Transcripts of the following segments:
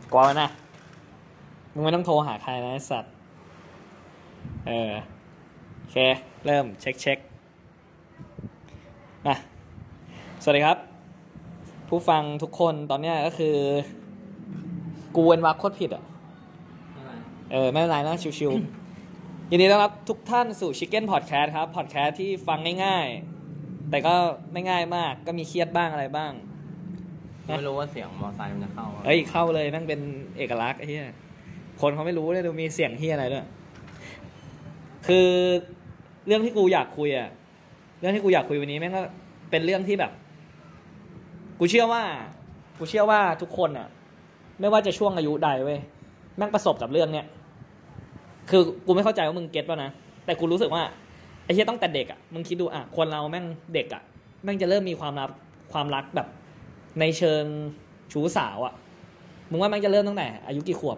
กลัวนะมึงไม่ต้องโทรหาใครนะไอ้สัตว์โอเคเริ่มเช็คมาสวัสดีครับผู้ฟังทุกคนตอนเนี้ยก็คือกูเว้นวรรคโคตรผิดอ่ะไม่เป็นไรนะชิวๆยินดีต้อนรับทุกท่านสู่ Chicken Podcast ครับ Podcast ที่ฟังง่ายๆแต่ก็ไม่ง่ายมากก็มีเครียดบ้างอะไรบ้างไม่รู้ว่าเสียงมอไซค์มันจะเข้าเข้าเลยแม่งเป็นเอกลักษณ์ไอ้เหี้ยคนเขาไม่รู้เลยดูมีเสียงเหี้ยอะไรด้วยคือเรื่องที่กูอยากคุยวันนี้แม่งก็เป็นเรื่องที่แบบกูเชื่อว่าทุกคนอ่ะไม่ว่าจะช่วงอายุใดเว้ยแม่งประสบกับเรื่องเนี้ยคือกูไม่เข้าใจว่ามึงเก็ตป่ะนะแต่กูรู้สึกว่าไอ้เหี้ยตั้งแต่เด็กอ่ะมึงคิดดูอ่ะคนเราแม่งเด็กอ่ะแม่งจะเริ่มมีความรักแบบในเชิงชู้สาวอ่ะมึงว่าแม่งจะเริ่มตั้งแต่อายุกี่ขวบ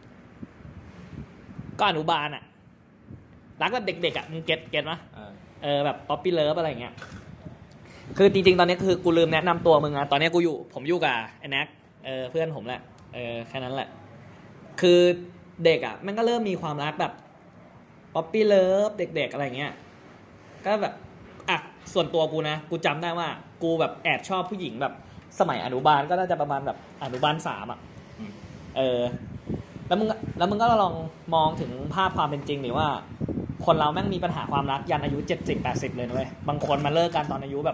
ก็อนุบาลอ่ะรักแบบเด็กๆอ่ะมึงเก็ตมั้ยแบบป๊อปปี้เลิฟอะไรเงี้ยคือจริงๆตอนนี้คือกูลืมแนะนำตัวมึงอ่ะตอนนี้ผมอยู่กับไอ้แน็กเพื่อนผมแหละแค่นั้นแหละคือเด็กอ่ะมันก็เริ่มมีความรักแบบป๊อปปี้เลิฟเด็กๆอะไรเงี้ยก็แบบอ่ะส่วนตัวกูนะกูจำได้ว่ากูแบบแอบชอบผู้หญิงแบบสมัยอนุบาลก็น่าจะประมาณแบบอนุบาล3อ่ะแล้วมึงก็ลองมองถึงภาพความเป็นจริงหรือว่าคนเราแม่งมีปัญหาความรักยันอายุ70-80เลยนะเว้ยบางคนมาเลิกกันตอนอายุแบบ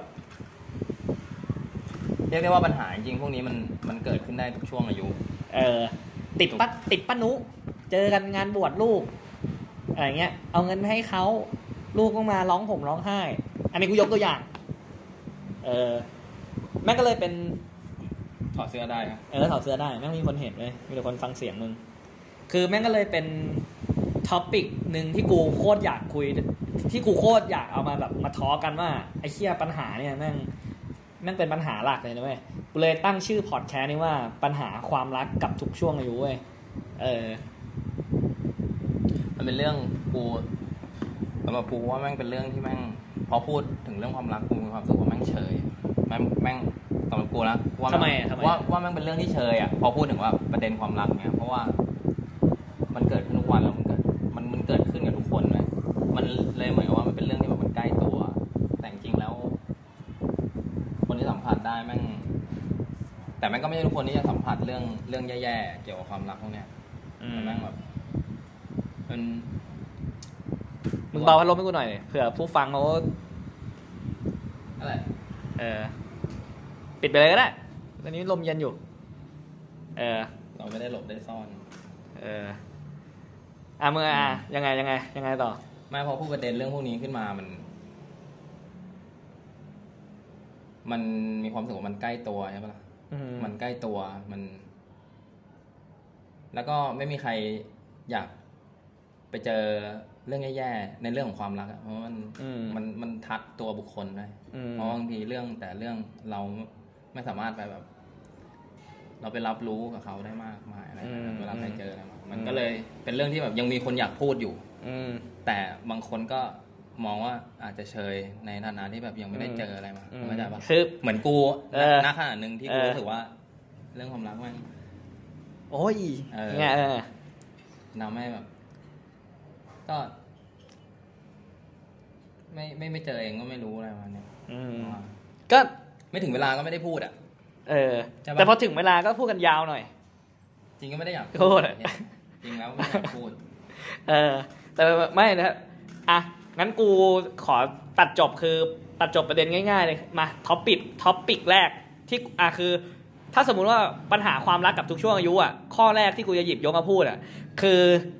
เรียกได้ว่าปัญหาจริงพวกนี้มันเกิดขึ้นได้ทุกช่วงอายุติดป้านุเจอกันงานบวชลูกอะไรเงี้ยเอาเงินให้เขาลูกก็มาร้องห่มร้องไห้อันนี้กูยกตัวอย่างแม่งก็เลยเป็นถอดเสื้อได้ครับถอดเสื้อได้แม่งมีคนเห็นเลยมีแต่คนฟังเสียงมึงคือแม่งก็เลยเป็นท็อปิกนึงที่กูโคตรอยากคุยที่กูโคตรอยากเอามาแบบมาทอกันว่าไอ้เหี้ยปัญหาเนี่ยแม่งเป็นปัญหาหลักเลยนะเว้ยกูเลยตั้งชื่อพอดแคสต์นี้ว่าปัญหาความรักกับทุกช่วงอายุเว้ยมันเป็นเรื่องกูสำหรับกูว่าแม่งเป็นเรื่องที่แม่งพอพูดถึงเรื่องความรักกูมีความรู้สึกว่าแม่งเฉยแม่งสำหรับกูนะว่าทำไมว่าแม่งเป็นเรื่องที่เฉยอ่ะพอพูดถึงว่าประเด็นความรักเนี่ยเพราะว่ามันเกิดขึ้นทุกวันแล้วมันเกิดขึ้นกับทุกคนเลยมันเลยเหมือนกับว่ามันเป็นเรื่องที่แบบมันใกล้ตัวแต่จริงแล้วคนที่สัมผัสได้แม่งแต่แม่งก็ไม่ใช่ทุกคนที่จะสัมผัสเรื่องแย่ๆเกี่ยวกับความรักพวกเนี้ยแม่งแบบมึงเบาพัดลมให้กูหน่อยเผื่อผู้ฟังเขาอะไรปิดไปเลยก็ได้ตอนนี้ลมเย็นอยู่เราไม่ได้หลบได้ซ่อนมึงยังไงต่อไม่พอพูดประเด็นเรื่องพวกนี้ขึ้นมามันมีความรู้สึกว่ามันใกล้ตัวใช่ปะล่ะมันใกล้ตัวมันแล้วก็ไม่มีใครอยากไปเจอเรื่องแย่ๆในเรื่องของความรักเพราะมันทัดตัวบุคคลได้เพราะบางทีเรื่องเราไม่สามารถไปแบบเราไปรับรู้กับเขาได้มากมายอะไรเวลาใครเจออะไรมันก็เลยเป็นเรื่องที่แบบยังมีคนอยากพูดอยู่แต่บางคนก็มองว่าอาจจะเชยในฐานะที่แบบยังไม่ได้เจออะไรมาเข้าใจปะคือเหมือนกูณขณะนึงที่กูรู้สึกว่าเรื่องความรักมันโอ้ยเนี่ยทำให้แบบก็ไม่เจอเองก็ไม่รู้อะไรมาเนี่ยก็ไม่ถึงเวลาก็ไม่ได้พูดอ่ะแต่พอถึงเวลาก็พูดกันยาวหน่อยจริงก็ไม่ได้อยากพูดจริงแล้วไม่อยากพูดแต่ไม่นะงั้นกูขอตัดจบประเด็นง่ายๆเลยมาท็อปิกแรกที่คือถ้าสมมุติว่าปัญหาความรักกับทุกช่วงอายุข้อแรกที่กูจะหยิบยกมาพูดคือ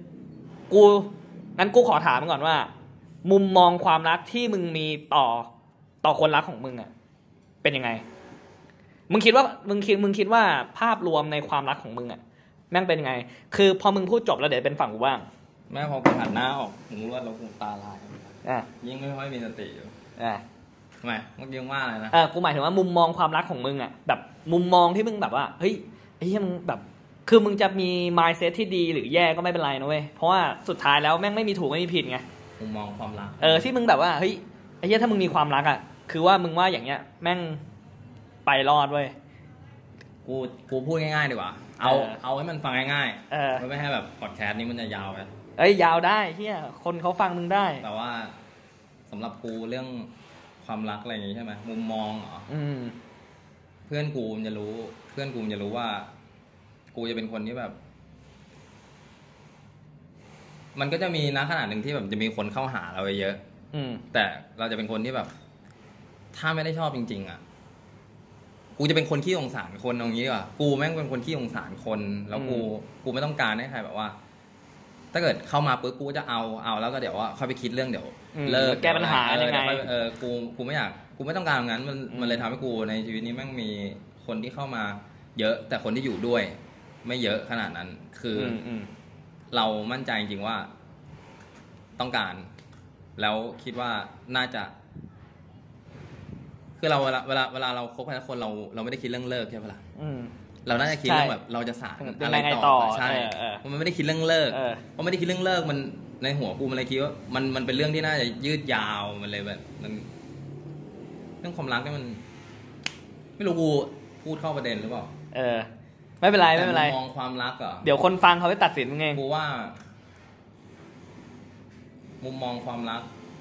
งั้นกูขอถามก่อนว่ามุมมองความรักที่มึงมีต่อคนรักของมึงเป็นยังไงมึงคิดว่าภาพรวมในความรักของมึงแม่งเป็นยังไงคือพอมึงพูดจบแล้วเดี๋ยวเป็นฝั่งกูบ้างแม่พอกูหันหน้าออกมึงรู้ว่าเราคงตาลายยิ่งไม่ค่อยมีสติอยู่ทำไมเมื่อกี้ว่าอะไรนะกูหมายถึงว่ามุมมองความรักของมึงแบบมุมมองที่มึงแบบว่าเฮ้ยไอ้เหี้ยมึงแบบคือมึงจะมี mindset ที่ดีหรือแย่ก็ไม่เป็นไรนะเว้ยเพราะว่าสุดท้ายแล้วแม่งไม่มีถูกไม่มีผิดไงมุมมองความรักที่มึงแบบว่าเฮ้ยไอ้เหี้ยถ้ามึงมีความรักคือว่ามึงว่าอย่างเงี้ยแม่งไปรอดเว้ยกูพูดง่ายๆดีกว่าเอาให้มันฟังง่ายๆไม่ให้แบบพอดแคสต์นี้มันจะยาวไปยาวได้เฮียคนเขาฟังมึงได้แต่ว่าสำหรับกูเรื่องความรักอะไรอย่างงี้ใช่ไหมมุมมองเหรอเพื่อนกูมันจะรู้ว่ากูจะเป็นคนที่แบบมันก็จะมีณขนาดหนึ่งที่แบบจะมีคนเข้าหาเราเยอะแต่เราจะเป็นคนที่แบบถ้าไม่ได้ชอบจริงๆอ่ะกูจะเป็นคนขี้สงสารคนอย่างนี้ว่ะกูแม่งเป็นคนขี้สงสารคนแล้วกูไม่ต้องการให้ใครแบบว่าถ้าเกิดเข้ามาปุ๊บกูจะเอาแล้วก็เดี๋ยวว่าค่อยไปคิดเรื่องเดี๋ยวเลิกแก้ปัญหายังไงกูไม่อยากกูไม่ต้องการอย่างนั้นมันเลยทำให้กูในชีวิตนี้แม่งมีคนที่เข้ามาเยอะแต่คนที่อยู่ด้วยไม่เยอะขนาดนั้นคือเรามั่นใจจริงๆว่าต้องการแล้วคิดว่าน่าจะคือเราเวลาเราคบใครสักคนเราไม่ได้คิดเรื่องเลิกใช่ไหมล่ะเราน่าจะคิดเรื่องแบบเราจะสานอะไรต่อใช่มันไม่ได้คิดเรื่องเลิกเพราะไม่ได้คิดเรื่องเลิกมันในหัวกูมันเลยคิดว่ามันเป็นเรื่องที่น่าจะยืดยาวมันเลยแบบมันเรื่องความรักนี่มันไม่รู้กูพูดเข้าประเด็นหรือเปล่าไม่เป็นไรมองความรักเหรอเดี๋ยวคนฟังเขาไปตัดสินมึงเองกูว่ามุมมองความรัก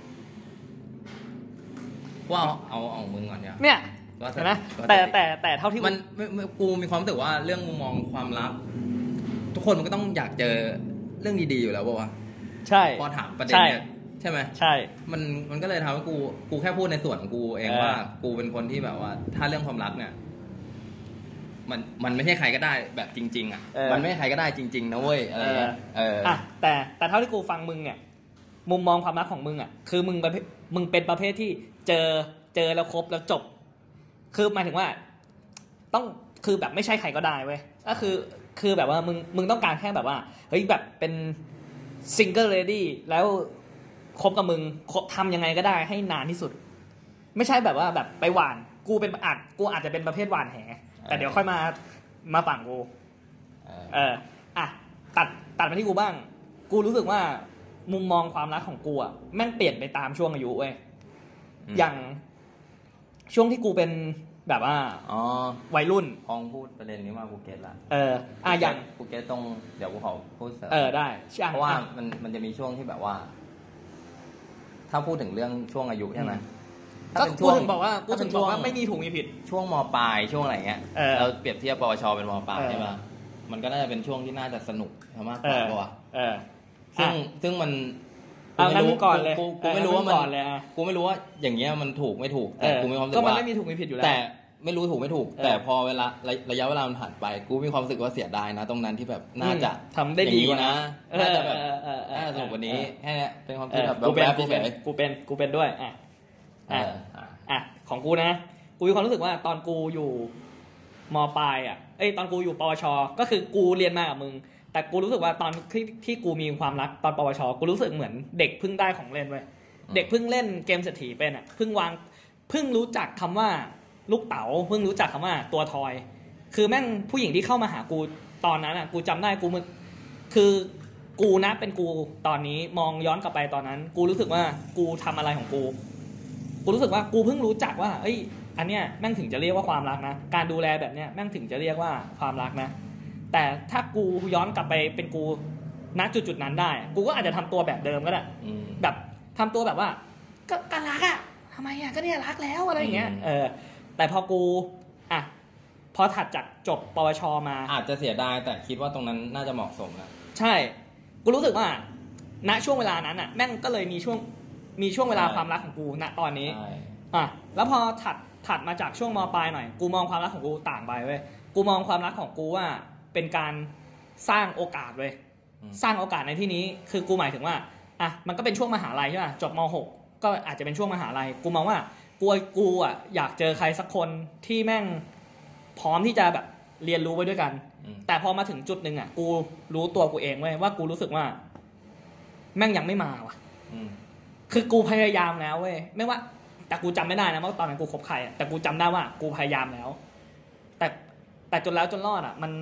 ว่าเอามึงก่อนเนี่ยเห็นไหมแต่เท่าที่มันกูมีความรู้สึกว่าเรื่องมุมมองความรักทุกคนมันก็ต้องอยากเจอเรื่องดีๆอยู่แล้วป่ะวะใช่พอถามประเด็นเนี่ยใช่ไหมใช่มันก็เลยทำให้กูแค่พูดในส่วนของกูเองว่ากูเป็นคนที่แบบว่าถ้าเรื่องความรักเนี่ยมันไม่ใช่ใครก็ได้แบบจริงๆอ่ะมันไม่ใช่ใครก็ได้จริงๆนะเว้ยอะไรเงี้ยแต่เท่าที่กูฟังมึงเนี่ยมุมมองความรักของมึงอ่ะคือมึงเป็นประเภทที่เจอแล้วครบแล้วจบคือหมายถึงว่าต้องคือแบบไม่ใช่ใครก็ได้เว้ยก็คือแบบว่ามึงต้องการแค่แบบว่าเฮ้ยแบบเป็นซิงเกิลเลดี้แล้วคบกับมึงทำยังไงก็ได้ให้นานที่สุดไม่ใช่แบบว่าแบบไปหว่านกูอาจจะเป็นประเภทหว่านแหแต่เดี๋ยวค่อยมาฝั่งกูตัดมาที่กูบ้างกูรู้สึกว่ามุมมองความรักของกูอ่ะแม่งเปลี่ยนไปตามช่วงอายุเว้ยอย่างช่วงที่กูเป็นแบบว่าวัยรุ่นพองพูดประเด็นนี้มากูเก็ตละอย่างกูเก็ตตรงเดี๋ยวกูขอพูดเสริมได้เพราะว่ามันจะมีช่วงที่แบบว่าถ้าพูดถึงเรื่องช่วงอายุใช่ไหมก็กูถึงบอกว่าไม่มีถูกมีผิดช่วงม.ปลายช่วงอะไรเงี้ยเราเปรียบเทียบปวชเป็นม.ปลายใช่ไหมมันก็น่าจะเป็นช่วงที่น่าจะสนุกมากกว่าป่ะซึ่งมันงั้นมึงก่อนเลยกูไม่รู้ว่ามันกูไม่รู้ว่าอย่างเงี้ยมันถูกไม่ถูกแต่กูมีความรู้สึกว่าก็มันไม่มีถูกมีผิดอยู่แล้วแต่ไม่รู้ถูกไม่ถูกแต่พอเวลาระยะเวลามันผ่านไปกูมีความรู้สึกว่าเสียดายนะตรงนั้นที่แบบน่าจะทำได้ดีกว่านะน่าจะแบบน่าจะสนุกกว่านี้แค่นี้เป็นความคิดแบบกูเป็นด้วยของกูนะกูมีความรู้สึกว่าตอนกูอยู่ม.ปลายตอนกูอยู่ปวชก็คือกูเรียนมากับมึงแต่กูรู้สึกว่าตอนที่กูมีความรักตอนปวชกูรู้สึกเหมือนเด็กเพิ่งได้ของเล่นเว้ยเด็กเพิ่งเล่นเกมเศรษฐีเป็นเพิ่งรู้จักคำว่าลูกเต๋าเพิ่งรู้จักคำว่าตัวทอยคือแม่งผู้หญิงที่เข้ามาหากูตอนนั้นกูจำได้คือกูนะเป็นกูตอนนี้มองย้อนกลับไปตอนนั้นกูรู้สึกว่ากูทำอะไรของกูรู้สึกว่ากูเพิ่งรู้จักว่าอันเนี้ยแม่งถึงจะเรียกว่าความรักนะการดูแลแบบเนี้ยแม่งถึงจะเรียกว่าความรักนะแต่ถ้ากูย้อนกลับไปเป็นกูณจุดนั้นได้กูก็อาจจะทำตัวแบบเดิมก็ได้แบบทำตัวแบบว่าก็รักอ่ะทำไมอ่ะก็เนี่ยรักแล้วอะไรอย่างเงี้ยแต่พอกูพอถัดจากจบปวชมาอาจจะเสียดายแต่คิดว่าตรงนั้นน่าจะเหมาะสมนะใช่กูรู้สึกว่าณช่วงเวลานั้นอ่ะแม่งก็เลยมีช่วงเวลาความรักของกูณตอนนี้แล้วพอถัดมาจากช่วงม.ปลายหน่อยกูมองความรักของกูต่างไปเว้ยกูมองความรักของกูว่าเป็นการสร้างโอกาสเว้ยสร้างโอกาสในที่นี้คือกูหมายถึงว่ามันก็เป็นช่วงมหาลัยใช่ป่ะจบม.6ก็อาจจะเป็นช่วงมหาลัยกูมองว่ากูอยากเจอใครสักคนที่แม่งพร้อมที่จะแบบเรียนรู้ไปด้วยกันแต่พอมาถึงจุดนึงกูรู้ตัวกูเองเว้ยว่ากูรู้สึกว่าแม่งยังไม่มาว่ะคือกูพยายามแล้วเว้ยไม่ว่าแต่กูจำไม่ได้นะว่าตอนนั้นกูคบใครแต่กูจำได้ว่ากูพยายามแล้วแต่จนแล้วจนรอด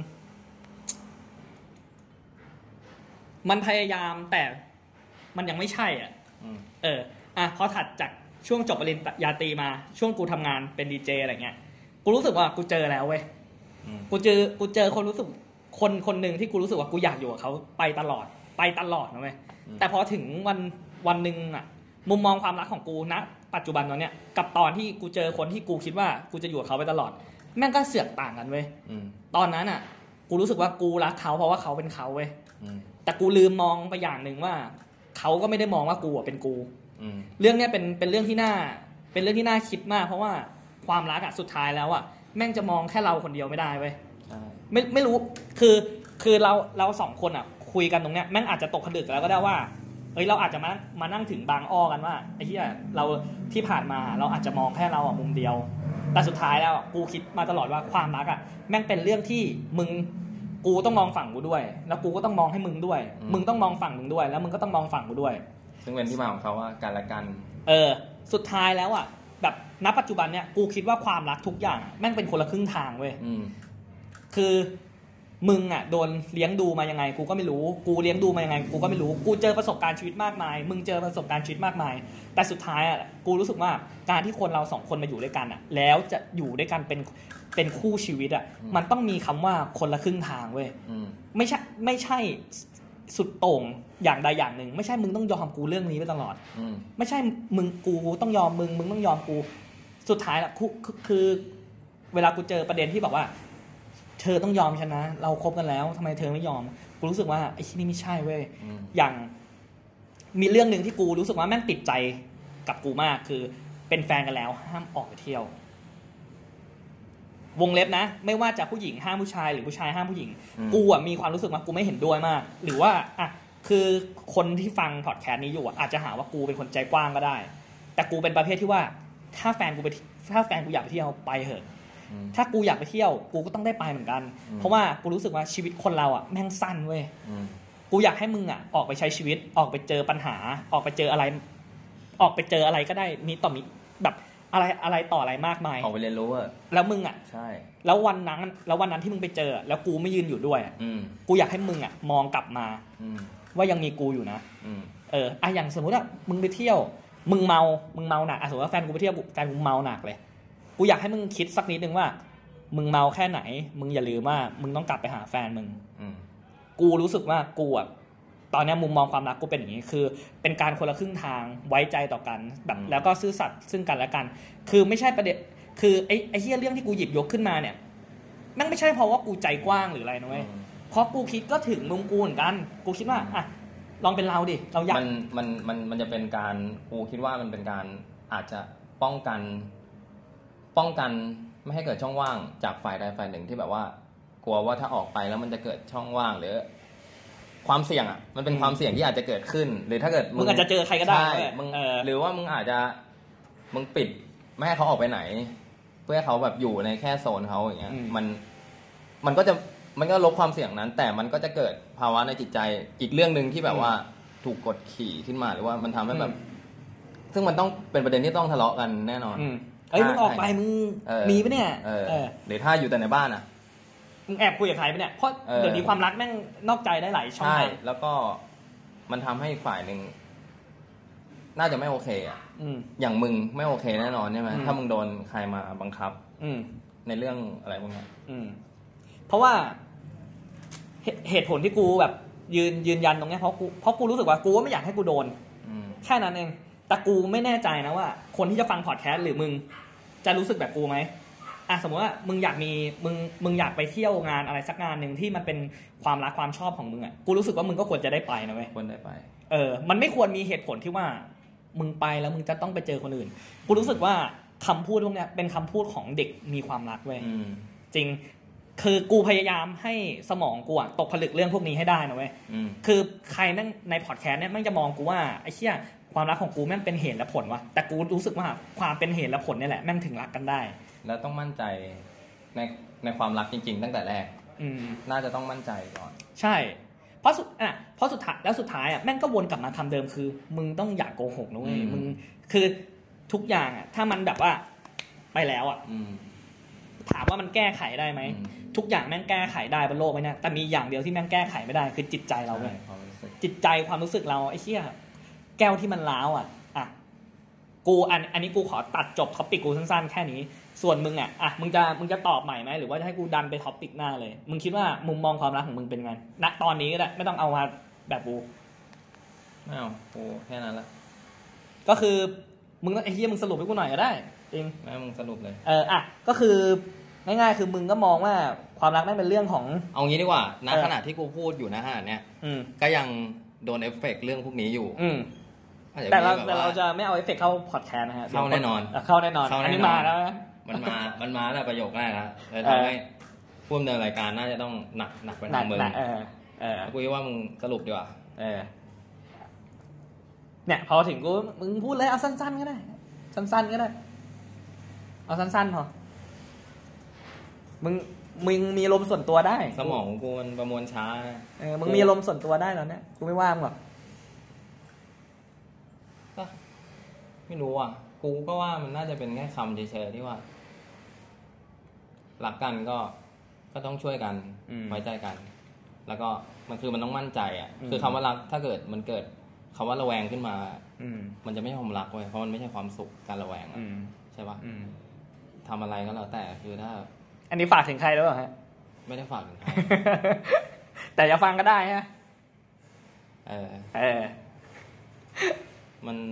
มันพยายามแต่มันยังไม่ใช่พอถัดจากช่วงจบปริญญาตรีมาช่วงกูทำงานเป็นดีเจอะไรเงี้ยกูรู้สึกว่ากูเจอแล้วเว้ยกูเจอคนรู้สึกคนหนึ่งที่กูรู้สึกว่ากูอยากอยู่กับเขาไปตลอดนะเว้ยแต่พอถึงวันนึงอ่ะมุมมองความรักของกูณปัจจุบันตอนเนี้ยกับตอนที่กูเจอคนที่กูคิดว่ากูจะอยู่กับเขาไปตลอดแม่งก็เสือกต่างกันเว้ยตอนนั้นอ่ะกูรู้สึกว่ากูรักเขาเพราะว่าเขาเป็นเขาเว้ยแต่กูลืมมองไปอย่างนึงว่าเขาก็ไม่ได้มองว่ากูเป็นกูเรื่องเนี้ยเป็นเรื่องที่น่าคิดมากเพราะว่าความรักอ่ะสุดท้ายแล้วอ่ะแม่งจะมองแค่เราคนเดียวไม่ได้เว้ยไม่รู้คือเราสองคนอ่ะคุยกันตรงเนี้ยแม่งอาจจะตกผลึกแล้วก็ได้ว่าเราอาจจะมานั่งถึงบางอ้อกันว่าไอ้เหี้ยเราที่ผ่านมาเราอาจจะมองแค่เรามุมเดียวแต่สุดท้ายแล้วกูคิดมาตลอดว่าความรักอ่ะแม่งเป็นเรื่องที่กูต้องมองฝั่งกูด้วยแล้วกูก็ต้องมองให้มึงด้วยมึงต้องมองฝั่งมึงด้วยแล้วมึงก็ต้องมองฝั่งกูด้วยซึ่งเป็นที่มาของเขาว่าการละกันสุดท้ายแล้วอ่ะแบบณปัจจุบันเนี่ยกูคิดว่าความรักทุกอย่างแม่งเป็นคนละครึ่งทางเว้ยคือมึงอ่ะโดนเลี้ยงดูมายังไงกูก็ไม่รู้กูเลี้ยงดูมายังไงกูก็ไม่รู้กูเจอประสบการณ์ชีวิตมากมายมึงเจอประสบการณ์ชีวิตมากมายแต่สุดท้ายอ่ะกูรู้สึกว่าการที่คนเราสองคนมาอยู่ด้วยกันอ่ะแล้วจะอยู่ด้วยกันเป็นคู่ชีวิตอ่ะมันต้องมีคำว่าคนละครึ่งทางเว้ยไม่ใช่สุดโต่งอย่างใดอย่างหนึ่งไม่ใช่มึงต้องยอมกูเรื่องนี้ไปตลอดไม่ใช่มึงกูต้องยอมมึงต้องยอมกูสุดท้ายล่ะคือเวลากูเจอประเด็นที่บอกว่าเธอต้องยอมฉันนะเราคบกันแล้วทำไมเธอไม่ยอมกูรู้สึกว่าไอ้ที่นี่ไม่ใช่เว้ยอย่างมีเรื่องนึงที่กูรู้สึกว่าแม่งติดใจกับกูมากคือเป็นแฟนกันแล้วห้ามออกไปเที่ยววงเล็บนะไม่ว่าจะผู้หญิงห้ามผู้ชายหรือผู้ชายห้ามผู้หญิงกูอ่ะมีความรู้สึกว่ากูไม่เห็นด้วยมากหรือว่าอ่ะคือคนที่ฟังพอดแคสต์นี้อยู่อาจจะหาว่ากูเป็นคนใจกว้างก็ได้แต่กูเป็นประเภทที่ว่าถ้าแฟนกูอยากไปเที่ยวไปเถอะถ้ากูอยากไปเที่ยวกูก็ต้องได้ไปเหมือนกันเพราะว่ากูรู้สึกว่าชีวิตคนเราอ่ะแม่งสั้นเว้ยกูอยากให้มึงอ่ะออกไปใช้ชีวิตออกไปเจอปัญหาออกไปเจออะไรก็ได้มีต่อมีแบบอะไรต่ออะไรมากมายออกไปเรียนรู้อ่ะแล้วมึงอ่ะใช่แล้ววันนั้นที่มึงไปเจอแล้วกูไม่ยืนอยู่ด้วยกูอยากให้มึงอ่ะมองกลับมาว่ายังมีกูอยู่นะอย่างสมมติว่ามึงไปเที่ยวมึงเมาหนักสมมติว่าแฟนกูไปเที่ยวแฟนกูเมาหนักเลยกูอยากให้มึงคิดสักนิดนึงว่ามึงเมาแค่ไหนมึงอย่าลืมว่ามึงต้องกลับไปหาแฟนมึงกูรู้สึกว่ากูอ่ะตอนนี้มุมมองความรักกูเป็นอย่างนี้คือเป็นการคนละครึ่งทางไว้ใจต่อกันแบบแล้วก็ซื่อสัตย์ซึ่งกันและกันคือไม่ใช่ประเด็นคือไอ้เหี้ยเรื่องที่กูหยิบยกขึ้นมาเนี่ยนั่นไม่ใช่เพราะว่ากูใจกว้างหรืออะไรนะเว้ยเพราะกูคิดก็ถึงมุมกูเหมือนกันกูคิดว่าอ่ะลองเป็นเราดิเราอยากมันจะเป็นการกูคิดว่ามันเป็นการอาจจะป้องกันไม่ให้เกิดช่องว่างจากฝ่ายใดฝ่ายหนึ่งที่แบบว่ากลัวว่าถ้าออกไปแล้วมันจะเกิดช่องว่างหรือความเสี่ยงอ่ะมันเป็นความเสี่ยงที่อาจจะเกิดขึ้นหรือถ้าเกิดมึงอาจจะเจอใครก็ได้มึงหรือว่ามึงอาจจะมึงปิดไม่ให้เขาออกไปไหนเพื่อให้เขาแบบอยู่ในแค่โซนเขาอย่างเงี้ยมันก็ลบความเสี่ยงนั้นแต่มันก็จะเกิดภาวะในจิตใจอีกเรื่องนึงที่แบบว่าถูกกดขี่ขึ้นมาหรือว่ามันทำให้แบบซึ่งมันต้องเป็นประเด็นที่ต้องทะเลาะกันแน่นอนมึงออกไปมึงมีปะเนี่ยหรือถ้าอยู่แต่ในบ้านอ่ะมึงแอบคุยกับใครปะเนี่ยเพราะเดี๋ยวนี้ความรักแม่งนอกใจได้หลายช่องใช่แล้วก็มันทำให้ฝ่ายนึงน่าจะไม่โอเคอ่ะอย่างมึงไม่โอเคแน่นอนใช่ไหมถ้ามึงโดนใครมาบังคับในเรื่องอะไรพวกนี้เพราะว่าเหตุผลที่กูแบบยืนยันตรงนี้เพราะกูรู้สึกว่ากูไม่อยากให้กูโดนแค่นั้นเองแต่กูไม่แน่ใจนะว่าคนที่จะฟังพอดแคสต์หรือมึงจะรู้สึกแบบกูไหมสมมติว่ามึงอยากไปเที่ยวงานอะไรสักงานนึงที่มันเป็นความรักความชอบของมึงอ่ะกูรู้สึกว่ามึงก็ควรจะได้ไปนะเว้ยควรได้ไปมันไม่ควรมีเหตุผลที่ว่ามึงไปแล้วมึงจะต้องไปเจอคนอื่นกูรู้สึกว่าคำพูดพวกนี้เป็นคำพูดของเด็กมีความรักเว้ยจริงคือกูพยายามให้สมองกูตกผลึกเรื่องพวกนี้ให้ได้นะเว้ยคือใครแม่งในพอดแคสต์เนี่ยแม่งจะมองกูว่าไอ้เหี้ยความรักของกูแม่งเป็นเหตุและผลวะแต่กูรู้สึกว่าความเป็นเหตุและผลนี่แหละแม่งถึงรักกันได้แล้วต้องมั่นใจในความรักจริงๆตั้งแต่แรกน่าจะต้องมั่นใจก่อนใช่เพราะสุดท้ายแม่งก็วนกลับมาคำเดิมคือมึงต้องอย่าโกหกนะเว้ยมึงคือทุกอย่างถ้ามันแบบว่าไปแล้วถามว่ามันแก้ไขได้ไหมทุกอย่างแม่งแก้ไขได้บนโลกไหมเนี่ยแต่มีอย่างเดียวที่แม่งแก้ไขไม่ได้คือจิตใจเราเว้ยจิตใจความรู้สึกเราไอ้เหี้ยแก้วที่มันร้าวกูอันนี้กูขอตัดจบท็อปิกกูสั้นๆแค่นี้ส่วนมึงอ่ะมึงจะตอบใหม่ไหมหรือว่าจะให้กูดันไปท็อปปิกหน้าเลยมึงคิดว่ามุมมองความรักของมึงเป็นไงณตอนนี้ก็ได้ไม่ต้องเอามาแบบกูไม่เอากูแค่นั้นละก็คือมึงไอ้เหี้ยมึงสรุปให้กูหน่อยก็ได้จริงแม่มึงสรุปเลยก็คือง่ายๆคือมึงก็มองว่าความรักนั่นเป็นเรื่องของเอางี้ดีกว่าณขณะที่กูพูดอยู่ณขณะเนี้ยก็ยังโดนเอฟเฟกต์เรื่องพวกนี้อยู่แต่เราจะไม่เอาเอฟเฟกต์เข้าพอดแคสต์นะฮะเข้าแน่นอนอันนี้มาแล้วมันมาแล้วประโยคแรกนะเลยทำให้ผู้ดำเนินรายการน่าจะต้องหนักไปทางมึงกูคิดว่ามึงสรุปดีกว่าเนี่ยพอถึงกูมึงพูดเลยเอาสั้นๆก็ได้สั้นๆก็ได้เอาสั้นๆพอมึงมีลมส่วนตัวได้สมองกูมันประมวลช้ามึงมีลมส่วนตัวได้แล้วเนี่ยกูไม่ว่ามึงหรอกไม่รู้อ่ะกูก็ว่ามันน่าจะเป็นแค่คำเฉยๆที่ว่ารักกันก็ต้องช่วยกันไว้ใจกันแล้วก็มันต้องมั่นใจอ่ะคือคำว่ารักถ้าเกิดมันเกิดคำว่าระแวงขึ้นมามันจะไม่ใช่ความรักเว้ยเพราะมันไม่ใช่ความสุขการระแวงใช่ปะทำอะไรก็แล้วแต่คือถ้าอันนี้ฝากถึงใครหรือเปล่าฮะไม่ได้ฝากถึงใครแต่จะฟังก็ได้ฮะมัน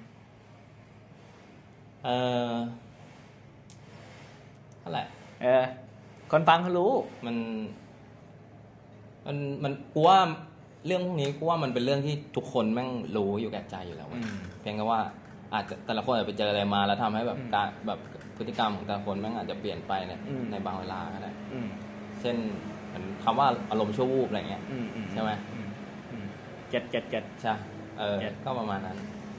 นั่นแหละคนฟังเขารู้มันกูว่าเรื่องพวกนี้กูว่ามันเป็นเรื่องที่ทุกคนแม่งรู้อยู่แก่ใจอยู่แล้วเพียงแค่ว่าอาจจะแต่ละคนอาจจะไปเจออะไรมาแล้วทำให้แบบการแบบพฤติกรรมของแต่ละคนแม่งอาจจะเปลี่ยนไปในบางเวลาก็ได้เช่นเหมือนคำว่าอารมณ์ชั่ววูบอะไรเงี้ยใช่ไหมเก็ตใช่ก็ประมาณนั้น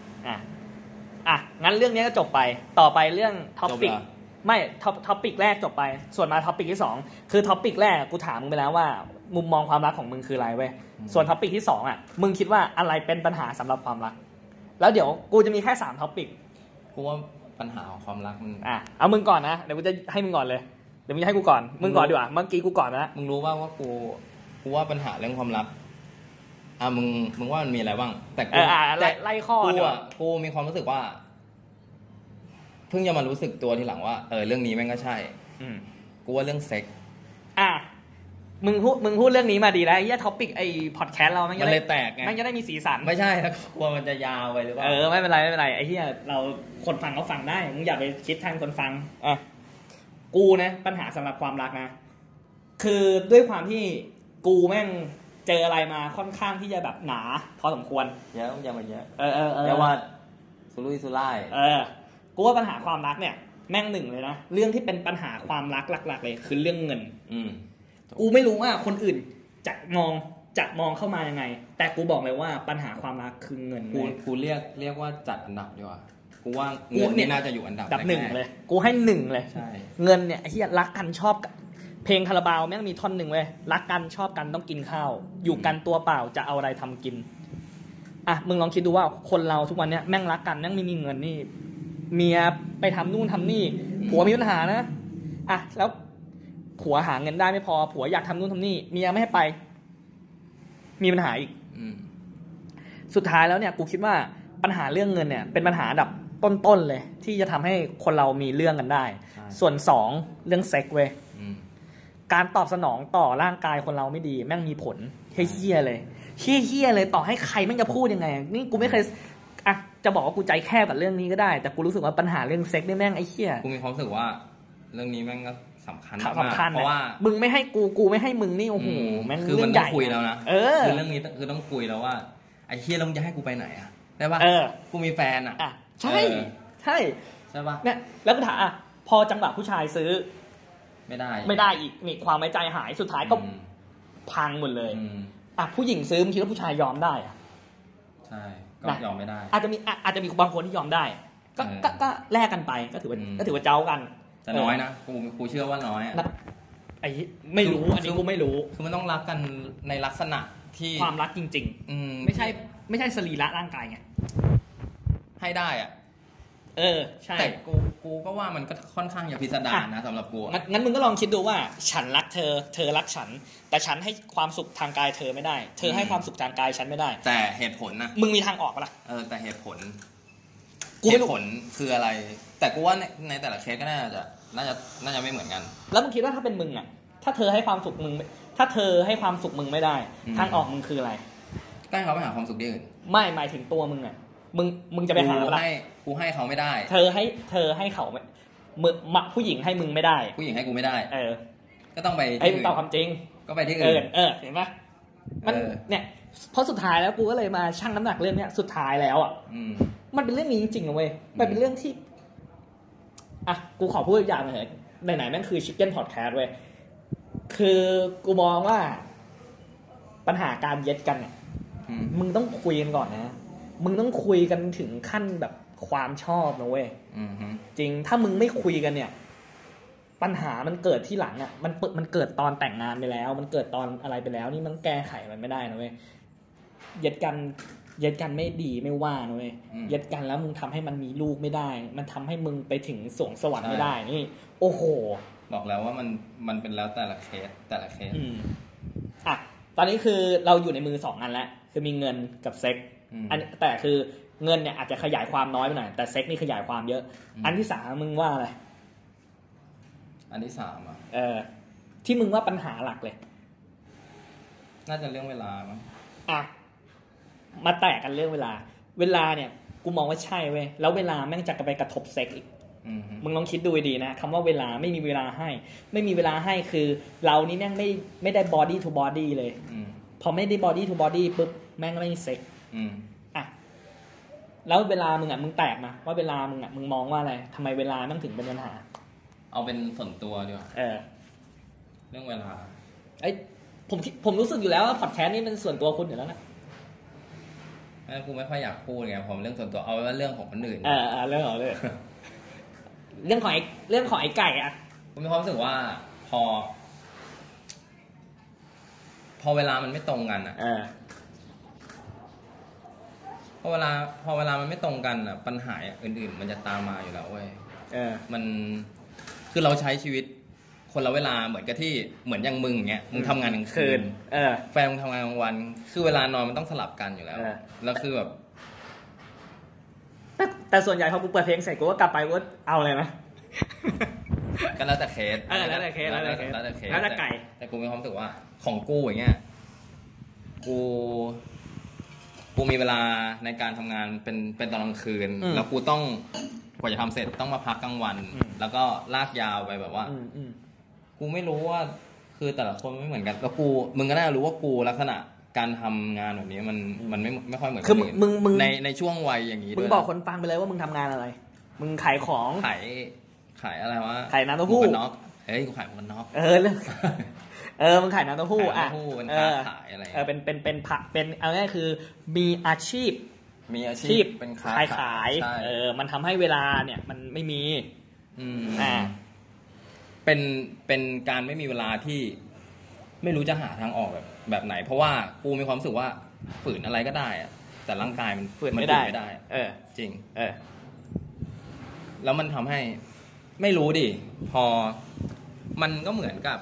งั้นเรื่องนี้ก็จบไปต่อไปเรื่องท็อปิกไม่ท็อปิกแรกจบไปส่วนมาท็อปิกที่2คือท็อปิกแรกกูถามมึงไปแล้วว่ามุมมองความรักของมึงคืออะไรเว้ยส่วนท็อปิกที่2มึงคิดว่าอะไรเป็นปัญหาสำหรับความรักแล้วเดี๋ยวกูจะมีแค่3ท็อปิกกูว่าปัญหาของความรักมันเอามึงก่อนนะเดี๋ยวกูจะให้มึงก่อนเลยเดี๋ยวมึงให้กูก่อนมึงก่อนดีกว่าเมื่อกี้กูก่อนนะมึงรู้ว่ากูว่าปัญหาเรื่องความรักมึงว่ามันมีอะไรบ้างแต่ไล่ข้อกูมีความรู้สึกว่าเพิ่งจะมารู้สึกตัวทีหลังว่าเรื่องนี้แม่งก็ใช่กูว่าเรื่องเซ็กมึงพูดเรื่องนี้มาดีแล้วไอ้เหี้ยท็อปิกไอ้พอดแคสต์เรามันเลยแตกไงมันจะได้มีสีสันไม่ใช่แล้วกลัวมันจะยาวไปหรือเปล่าไม่เป็นไรไอ้เหี้ยเราคนฟังเขาฟังได้มึงอย่าไปคิดแทนคนฟังกูนะปัญหาสำหรับความรักนะคือด้วยความที่กูแม่งเจออะไรมาค่อนข้างที่จะแบบหนาพอสมควรเยอะอย่ามาเยอะอย่าว่าสุรุ่ยสุร่ายกูว่าปัญหาความรักเนี่ยแม่งหนึ่งเลยนะเรื่องที่เป็นปัญหาความรักหลักๆเลยคือเรื่องเงินกูไม่รู้ว่าคนอื่นจะมองเข้ามายังไงแต่กูบอกเลยว่าปัญหาความรักคือเงินกูเรียกว่าจัดอันดับดีกว่ากูว่าเงินนี่น่าจะอยู่อันดับ 1เลยกูให้1เลยใช่เงินเนี่ยไอ้เหี้ยรักกันชอบกันเพลงคาราบาวแม่งมีท่อนนึงเว้ยรักกันชอบกันต้องกินข้าวอยู่กันตัวเปล่าจะเอาอะไรทำกินมึงลองคิดดูว่าคนเราทุกวันเนี้ยแม่งรักกันแม่งไม่มีเงินนี่เมียไปทำนู่นทำนี่ผัวมีปัญหานะแล้วผัวหาเงินได้ไม่พอผัวอยากทำนู่นทำนี่เมียไม่ให้ไปมีปัญหาอีกสุดท้ายแล้วเนี่ยกูคิดว่าปัญหาเรื่องเงินเนี่ยเป็นปัญหาอันดับต้นๆเลยที่จะทำให้คนเรามีเรื่องกันได้ส่วน2เรื่องเซ็กเว้ยการตอบสนองต่อร่างกายคนเราไม่ดีแม่งมีผลเหี้ยเลยเหี้ยเลยต่อให้ใครแม่งจะพูดยังไงนี่กูไม่เคยจะบอกว่ากูใจแคบกับเรื่องนี้ก็ได้แต่กูรู้สึกว่าปัญหาเรื่องเซ็กนี่แม่งไอ้เหี้ยกูมีความรู้สึกว่าเรื่องนี้แม่งก็สำคัญมากเพราะว่ามึงไม่ให้กูไม่ให้มึงนี่โอ้โหแม่งคือมันต้องคุยแล้วนะคือเรื่องนี้คือต้องคุยแล้วว่าไอ้เหี้ยแล้วมึงจะให้กูไปไหนได้ป่ะกูมีแฟนใช่ใช่ป่ะเนี่ยแล้วกูถามพอจังหวะผู้ชายซื้อไม่ได้อีกนี่ความไว้ใจหายสุดท้ายก็พังหมดเลยผู้หญิงซื้อมึงคิดว่าผู้ชายยอมได้ใช่ก็ยอมไม่ได้อาจจะมีบางคนที่ยอมได้ก็แลกกันไปก็ถือว่าเจ้ากันแต่น้อยนะกูเชื่อว่าน้อยไอ้ไม่รู้อันนี้กูไม่รู้คือมันต้องรักกันในลักษณะที่ความรักจริงๆไม่ใช่สรีระร่างกายไงให้ได้ใช่แต่กูก็ว่ามันก็ค่อนข้างอย่าพิสดารนะสำหรับกูงั้นมึงก็ลองคิดดูว่าฉันรักเธอรักฉันแต่ฉันให้ความสุขทางกายเธอไม่ได้เธอให้ความสุขทางกายฉันไม่ได้แต่เหตุผลนะมึงมีทางออกปะล่ะแต่เหตุผลคืออะไรแต่กูว่าในแต่ละเคสก็น่าจะน่าจะไม่เหมือนกันแล้วมึงคิดว่าถ้าเป็นมึงอ่ะถ้าเธอให้ความสุขมึงไม่ได้ทางออกมึงคืออะไรก็ให้เขาไปหาความสุขที่อื่นไม่หมายถึงตัวมึงอ่ะมึงจะไปหาอะไรกูให้เขาไม่ได้เธอให้เขามึงผู้หญิงให้มึงไม่ได้ผู้หญิงให้กูไม่ได้ก็ต้องไปตอบความจริงก็ไปที่อื่นเห็นปะมันเนี่ยเพราะสุดท้ายแล้วกูก็เลยมาชั่งน้ำหนักเรื่องเนี้ยสุดท้ายแล้วอ่ะมันเป็นเรื่องนี้จริงๆนะเว้ยมันเป็นเรื่องที่อ่ะกูขอพูดอย่างหนึ่งไหนๆแม่งคือ Chicken Podcast เว้ยคือกูมองว่าปัญหาการเย็ดกันเนี่ยมึงต้องคุยกันก่อนนะมึงต้องคุยกันถึงขั้นแบบความชอบนะเว้ยจริงถ้ามึงไม่คุยกันเนี่ยปัญหามันเกิดที่หลังอ่ะมันเกิดตอนแต่งงานไปแล้วมันเกิดตอนอะไรไปแล้วนี่มันแก้ไขมันไม่ได้นะเว้ยเย็ดกันไม่ดีไม่ว่านะเว้ยเย็ดกันแล้วมึงทำให้มันมีลูกไม่ได้มันทำให้มึงไปถึงสวงสวรรค์ไม่ได้นี่โอ้โหบอกแล้วว่ามันเป็นแล้วแต่ละเคสอ่ะตอนนี้คือเราอยู่ในมือ2อันแล้วคือมีเงินกับเซ็กอันแต่คือเงินเนี่ยอาจจะขยายความน้อยไปหน่อยแต่เซ็กนี่ขยายความเยอะอันที่3มึงว่าอะไรอันที่3อ่ะที่มึงว่าปัญหาหลักเลยน่าจะเรื่องเวลามั้งอ่ะมาแตกกันเรื่องเวลาเนี่ยกูมองว่าใช่เว้ยแล้วเวลาแม่งจะไปกระทบเซ็กอีกมึงลองคิดดูดีนะคำว่าเวลาไม่มีเวลาให้คือเรานี่แม่งไม่ได้ body to body เลยพอไม่ได้ body to body ปุ๊บแม่งก็ไม่มีเซ็กอ่ะแล้วเวลามึงอ่ะมึงแตกมาว่าเวลามึงอ่ะมึงมองว่าอะไรทำไมเวลาแม่งถึงเป็นปัญหาเอาเป็นส่วนตัวดีกว่าเรื่องเวลาผมรู้สึกอยู่แล้วว่าพอดแคสต์นี่เป็นส่วนตัวคุณอยู่แล้วนะกูไม่ค่อยอยากพูดไงผมเรื่องส่วนตัวเอาไว้ว่าเรื่องของคนอื่นเรื่องของไอ้ไก่อ่ะกูมีความรู้สึกว่าพอเวลามันไม่ตรงกันอ่ะพอเวลามันไม่ตรงกันอ่ะปัญหาอื่นๆมันจะตามมาอยู่แล้วเว้ยมันคือเราใช้ชีวิตคนละเวลาเหมือนกับที่เหมือนอย่างมึงเงี้ยมึงทำงานกลางคืนแฟนมึงทำงานกลางวันคือเวลานอนมันต้องสลับกันอยู่แล้วแล้วคือแบบแต่ส่วนใหญ่พอกูเปิดเพลงเสร็จกูก็กลับไปว่าเอาเลยนะก็แล้วแต่เคสแล้วแต่เคสแล้วแต่ไก่แต่กูมีความรู้สึกว่าของกูอย่างเงี้ยกูมีเวลาในการทำงานเป็นตอนกลางคืนแล้วกูต้องกว่าจะทำเสร็จต้องมาพักกลางวันแล้วก็ลากยาวไปแบบว่ากูไม่รู้ว่าคือแต่ละคนไม่เหมือนกันแล้วมึงก็น่ารู้ว่ากูลักษณะการทำงานแบบนี้มันไม่ค่อยเหมือนคนอื่นมึงในช่วงวัยอย่างนี้มึงบอกคนฟังไปเลยว่ามึงทำงานอะไรมึงขายของขายอะไรวะขายน้ำเต้าหู้เฮ้ยกูขายหมวกกันน็อกมึงขายน้ำเต้าหู้อ่ะเป็นขายอะไรเป็นเอาง่ายคือมีอาชีพเป็นขายมันทำให้เวลาเนี่ยมันไม่มีเป็นการไม่มีเวลาที่ไม่รู้จะหาทางออกแบบไหนเพราะว่ากูมีความรู้สึกว่าฝืนอะไรก็ได้อะแต่ร่างกายมันฝืนไม่ได้จริงแล้วมันทำให้ไม่รู้ดิพอมันก็เหมือนกับ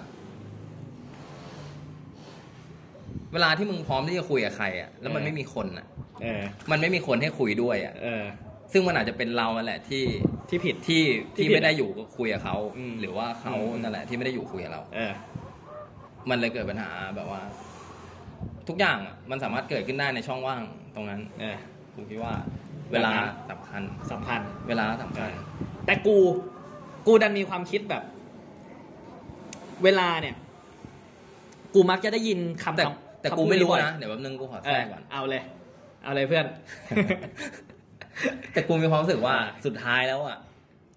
เวลาที่มึงพร้อมที่จะคุยกับใครอ่ะแล้วมันไม่มีคนอ่ะมันไม่มีคนให้คุยด้วยอ่ะซึ่งมันอาจจะเป็นเราแหละที่ผิดที่ไม่ได้อยู่คุยกับเขาหรือว่าเขานั่นแหละที่ไม่ได้อยู่คุยกับเรามันเลยเกิดปัญหาแบบว่าทุกอย่างมันสามารถเกิดขึ้นได้ในช่องว่างตรงนั้นกูคิดว่าเวลาสำคัญเวลาสำคัญแต่กูดันมีความคิดแบบเวลาเนี่ยกูมักจะได้ยินคำแต่กูไม่รู้นะเดี๋ยวแป๊บนึงกูขอแทรกก่อนเอาเลยเพื่อนแต่กูมีความรู้สึกว่าสุดท้ายแล้วอ่ะ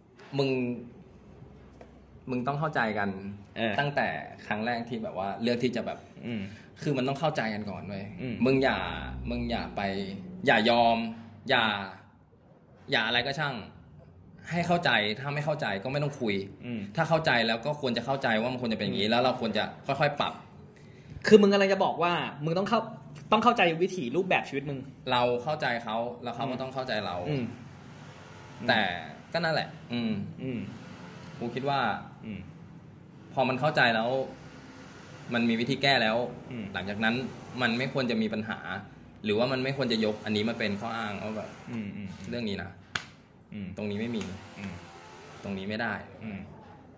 มึงต้องเข้าใจกันตั้งแต่ครั้งแรกที่แบบว่าเลือกที่จะแบบคือมันต้องเข้าใจกันก่อนเว้ยมึงอย่าไปอย่ายอมอย่าอะไรก็ช่างให้เข้าใจถ้าไม่เข้าใจก็ไม่ต้องคุยถ้าเข้าใจแล้วก็ควรจะเข้าใจว่ามันควรจะเป็นอย่างนี้แล้วเราควรจะค่อยๆปรับคือมึงกำลังจะบอกว่ามึงต้องเข้าใจวิถีรูปแบบชีวิตมึงเราเข้าใจเขาแล้วเขาก็ต้องเข้าใจเราแต่ก็นั่นแหละกูคิดว่าพอมันเข้าใจแล้วมันมีวิธีแก้แล้วหลังจากนั้นมันไม่ควรจะมีปัญหาหรือว่ามันไม่ควรจะยกอันนี้มาเป็นข้ออ้างว่าแบบเรื่องนี้นะตรงนี้ไม่มีตรงนี้ไม่ได้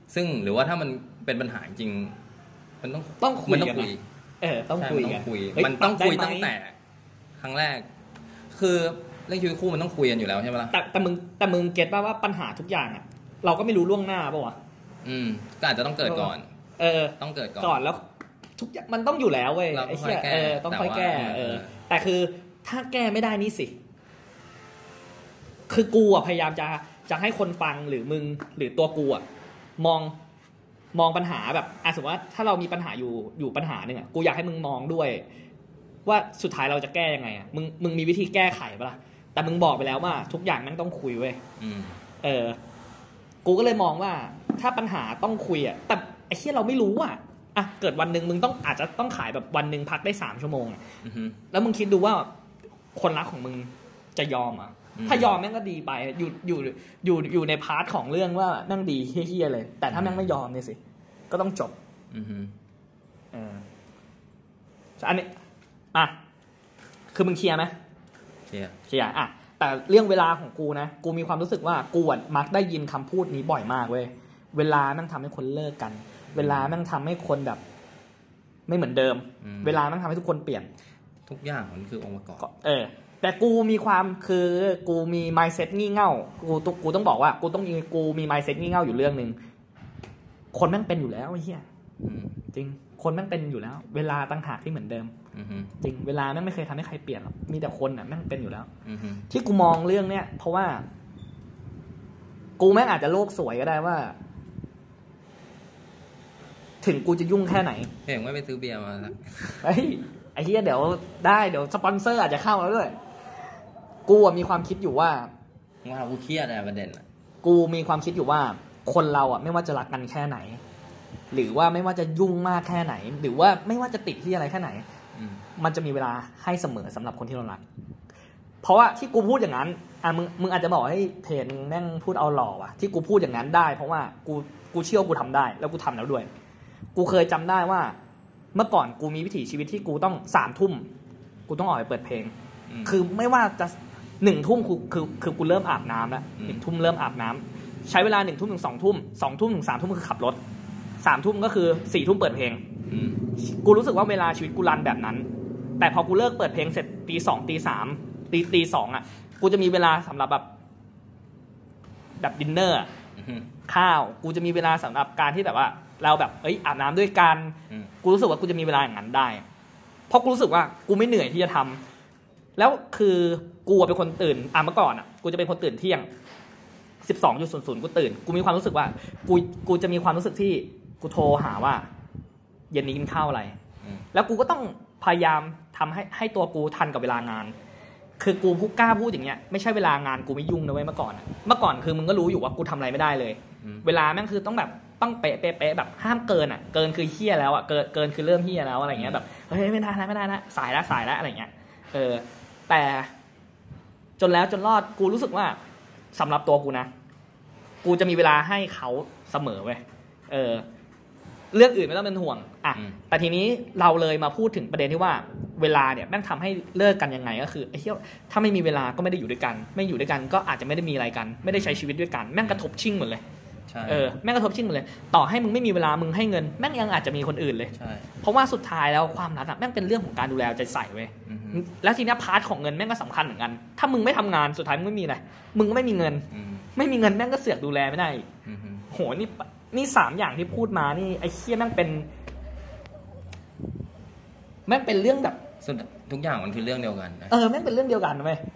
ซึ่งหรือว่าถ้ามันเป็นปัญหาจริงมันต้องคุยกันต้องคุยกันมันต้องคุยตั้งแต่ครั้งแรกคือเรื่องชีวิตคู่มันต้องคุยกันอยู่แล้วใช่ไหมล่ะแต่มึงเก็ตป่ะว่าปัญหาทุกอย่างอ่ะเราก็ไม่รู้ล่วงหน้าป่ะวะก็อาจจะต้องเกิดก่อนต้องเกิดก่อนแล้วทุกอย่างมันต้องอยู่แล้วเว้ยไอ้เหี้ยต้องค่อยแก้แต่คือถ้าแก้ไม่ได้นี่สิคือกูอ่ะพยายามจะให้คนฟังหรือมึงหรือตัวกูอ่ะมองปัญหาแบบสมมติว่าถ้าเรามีปัญหาอยู่ปัญหาหนึ่งอ่ะกูอยากให้มึงมองด้วยว่าสุดท้ายเราจะแก้ยังไงอ่ะมึงมีวิธีแก้ไขปะล่ะแต่มึงบอกไปแล้วว่าทุกอย่างมันต้องคุยเว้ยกูก็เลยมองว่าถ้าปัญหาต้องคุยอ่ะแต่ไอ้เหี้ยเราไม่รู้อ่ะเกิดวันนึงมึงอาจจะต้องขายแบบวันนึงพักได้3 ชั่วโมงแล้วมึงคิดดูว่าคนรักของมึงจะยอมอ่ะถ้ายอมแม่งก็ดีไปอยู่ในพาร์ทของเรื่องว่าแม่งดีเฮี้ยๆเลยแต่ถ้าแม่งไม่ยอมเนี่ยสิก็ต้องจบอันนี้คือมึงเคลียร์ไหมเคลียร์แต่เรื่องเวลาของกูนะกูมีความรู้สึกว่ากูมักได้ยินคำพูดนี้บ่อยมากเว้ยเวลาแม่งทำให้คนเลิกกันเวลาแม่งทำให้คนแบบไม่เหมือนเดิมเวลาแม่งทำให้ทุกคนเปลี่ยนทุกอย่างมันคือองค์ประกอบแต่กูมีความคือกูมี mindset งี่เง่ากูต้องบอกว่ากูมี mindset งี่เง่าอยู่เรื่องนึงคนแม่งเป็นอยู่แล้วไอ้เหี้ยจริงคนแม่งเป็นอยู่แล้วเวลาต่างหากที่เหมือนเดิมจริงเวลาแม่งไม่เคยทำให้ใครเปลี่ยนหรอกมีแต่คนน่ะแม่งเป็นอยู่แล้วที่กูมองเรื่องเนี้ยเพราะว่ากูแม่งอาจจะโลกสวยก็ได้ว่าถึงกูจะยุ่งแค่ไหนเห็นว่าไปซื้อเบียร์มาแล้วไอ้เหี้ยเดี๋ยวสปอนเซอร์อาจจะเข้าแล้วด้วยกูมีความคิดอยู่ว่ากูเครียดประเด็นกูมีความคิดอยู่ว่าคนเราไม่ว่าจะรักกันแค่ไหนหรือว่าไม่ว่าจะยุ่งมากแค่ไหนหรือว่าไม่ว่าจะติดที่อะไรแค่ไหนมันจะมีเวลาให้เสมอสำหรับคนที่เรารักเพราะว่าที่กูพูดอย่างนั้นมึงอาจจะบอกให้เพจแม่งพูดเอาหล่อว่ะที่กูพูดอย่างนั้นได้เพราะว่ากูเชื่อกูทำได้แล้วกูทำแล้วด้วยกูเคยจำได้ว่าเมื่อก่อนกูมีวิถีชีวิตที่กูต้อง3 ทุ่มกูต้องออกไปเปิดเพลงคือไม่ว่าจะ1 ทุ่มคือกูเริ่มอาบน้ำแล้ว1 ทุ่มเริ่มอาบน้ำใช้เวลา1 ทุ่มถึง2 ทุ่ม2 ทุ่มถึง3 ทุ่มคือขับรถ3 ทุ่มก็คือ4 ทุ่มเปิดเพลงกูรู้สึกว่าเวลาชีวิตกูรันแบบนั้นแต่พอกูเลิกเปิดเพลงเสร็จตี 2 ตี 3ตี 2กูจะมีเวลาสำหรับแบบดินเนอร์ข้าวกูจะมีเวลาสำหรับการที่แบบว่าเราแบบอาบน้ำด้วยกันกูรู้สึกว่ากูจะมีเวลาอย่างนั้นได้เพราะกูรู้สึกว่ากูไม่เหนื่อยที่จะทำแล้วคือกูเป็นคนตื่นเมื่อก่อนกูจะเป็นคนตื่นเที่ยง 12:00 กูตื่นกูมีความรู้สึกว่ากูจะมีความรู้สึกที่กูโทรหาว่าเย็นนี้กินข้าวอะไรแล้วกูก็ต้องพยายามทำให้ตัวกูทันกับเวลางานคือกูกล้าพูดอย่างเงี้ยไม่ใช่เวลางานกูไม่ยุ่งนะเว้ยเมื่อก่อนคือมึงก็รู้อยู่ว่ากูทำอะไรไม่ได้เลยเวลาแม่งคือต้องแบบต้องเป๊ะแบบห้ามเกินเกินคือเหี้ยแล้วเกินคือเริ่มเหี้ยแล้วอะไรเงี้ยแบบเฮ้ยไม่ได้นะสายแล้วอะไรเงี้ยแต่จนแล้วจนรอดกูรู้สึกว่าสำหรับตัวกูนะกูจะมีเวลาให้เขาเสมอเว้ยเรื่องอื่นไม่ต้องเป็นห่วงแต่ทีนี้เราเลยมาพูดถึงประเด็นที่ว่าเวลาเนี่ยแม่งทำให้เลิกกันยังไงก็คือไอ้เหี้ยถ้าไม่มีเวลาก็ไม่ได้อยู่ด้วยกันไม่อยู่ด้วยกันก็อาจจะไม่ได้มีอะไรกันไม่ได้ใช้ชีวิตด้วยกันแม่งกระทบชิ่งหมดเลยแม่งกระทบชิ่งหมดเลยต่อให้มึงไม่มีเวลามึงให้เงินแม่งยังอาจจะมีคนอื่นเลยเพราะว่าสุดท้ายแล้วความรักแม่งเป็นเรื่องของการดูแลใจใส่เว้ยแล้วทีนี้พาร์ทของเงินแม่งก็สำคัญเหมือนกันถ้ามึงไม่ทำงานสุดท้ายมึงไม่มีอะไรมึงก็ไม่มีเงินแม่งก็เสือกดูแลไม่ได้โหนี่3 อย่างที่พูดมานี่ไอ้เหี้ยแม่งเป็นเรื่องแบบทุกอย่างมันคือเรื่องเดียวกันแม่งเป็นเรื่องเดียวกันเว้ย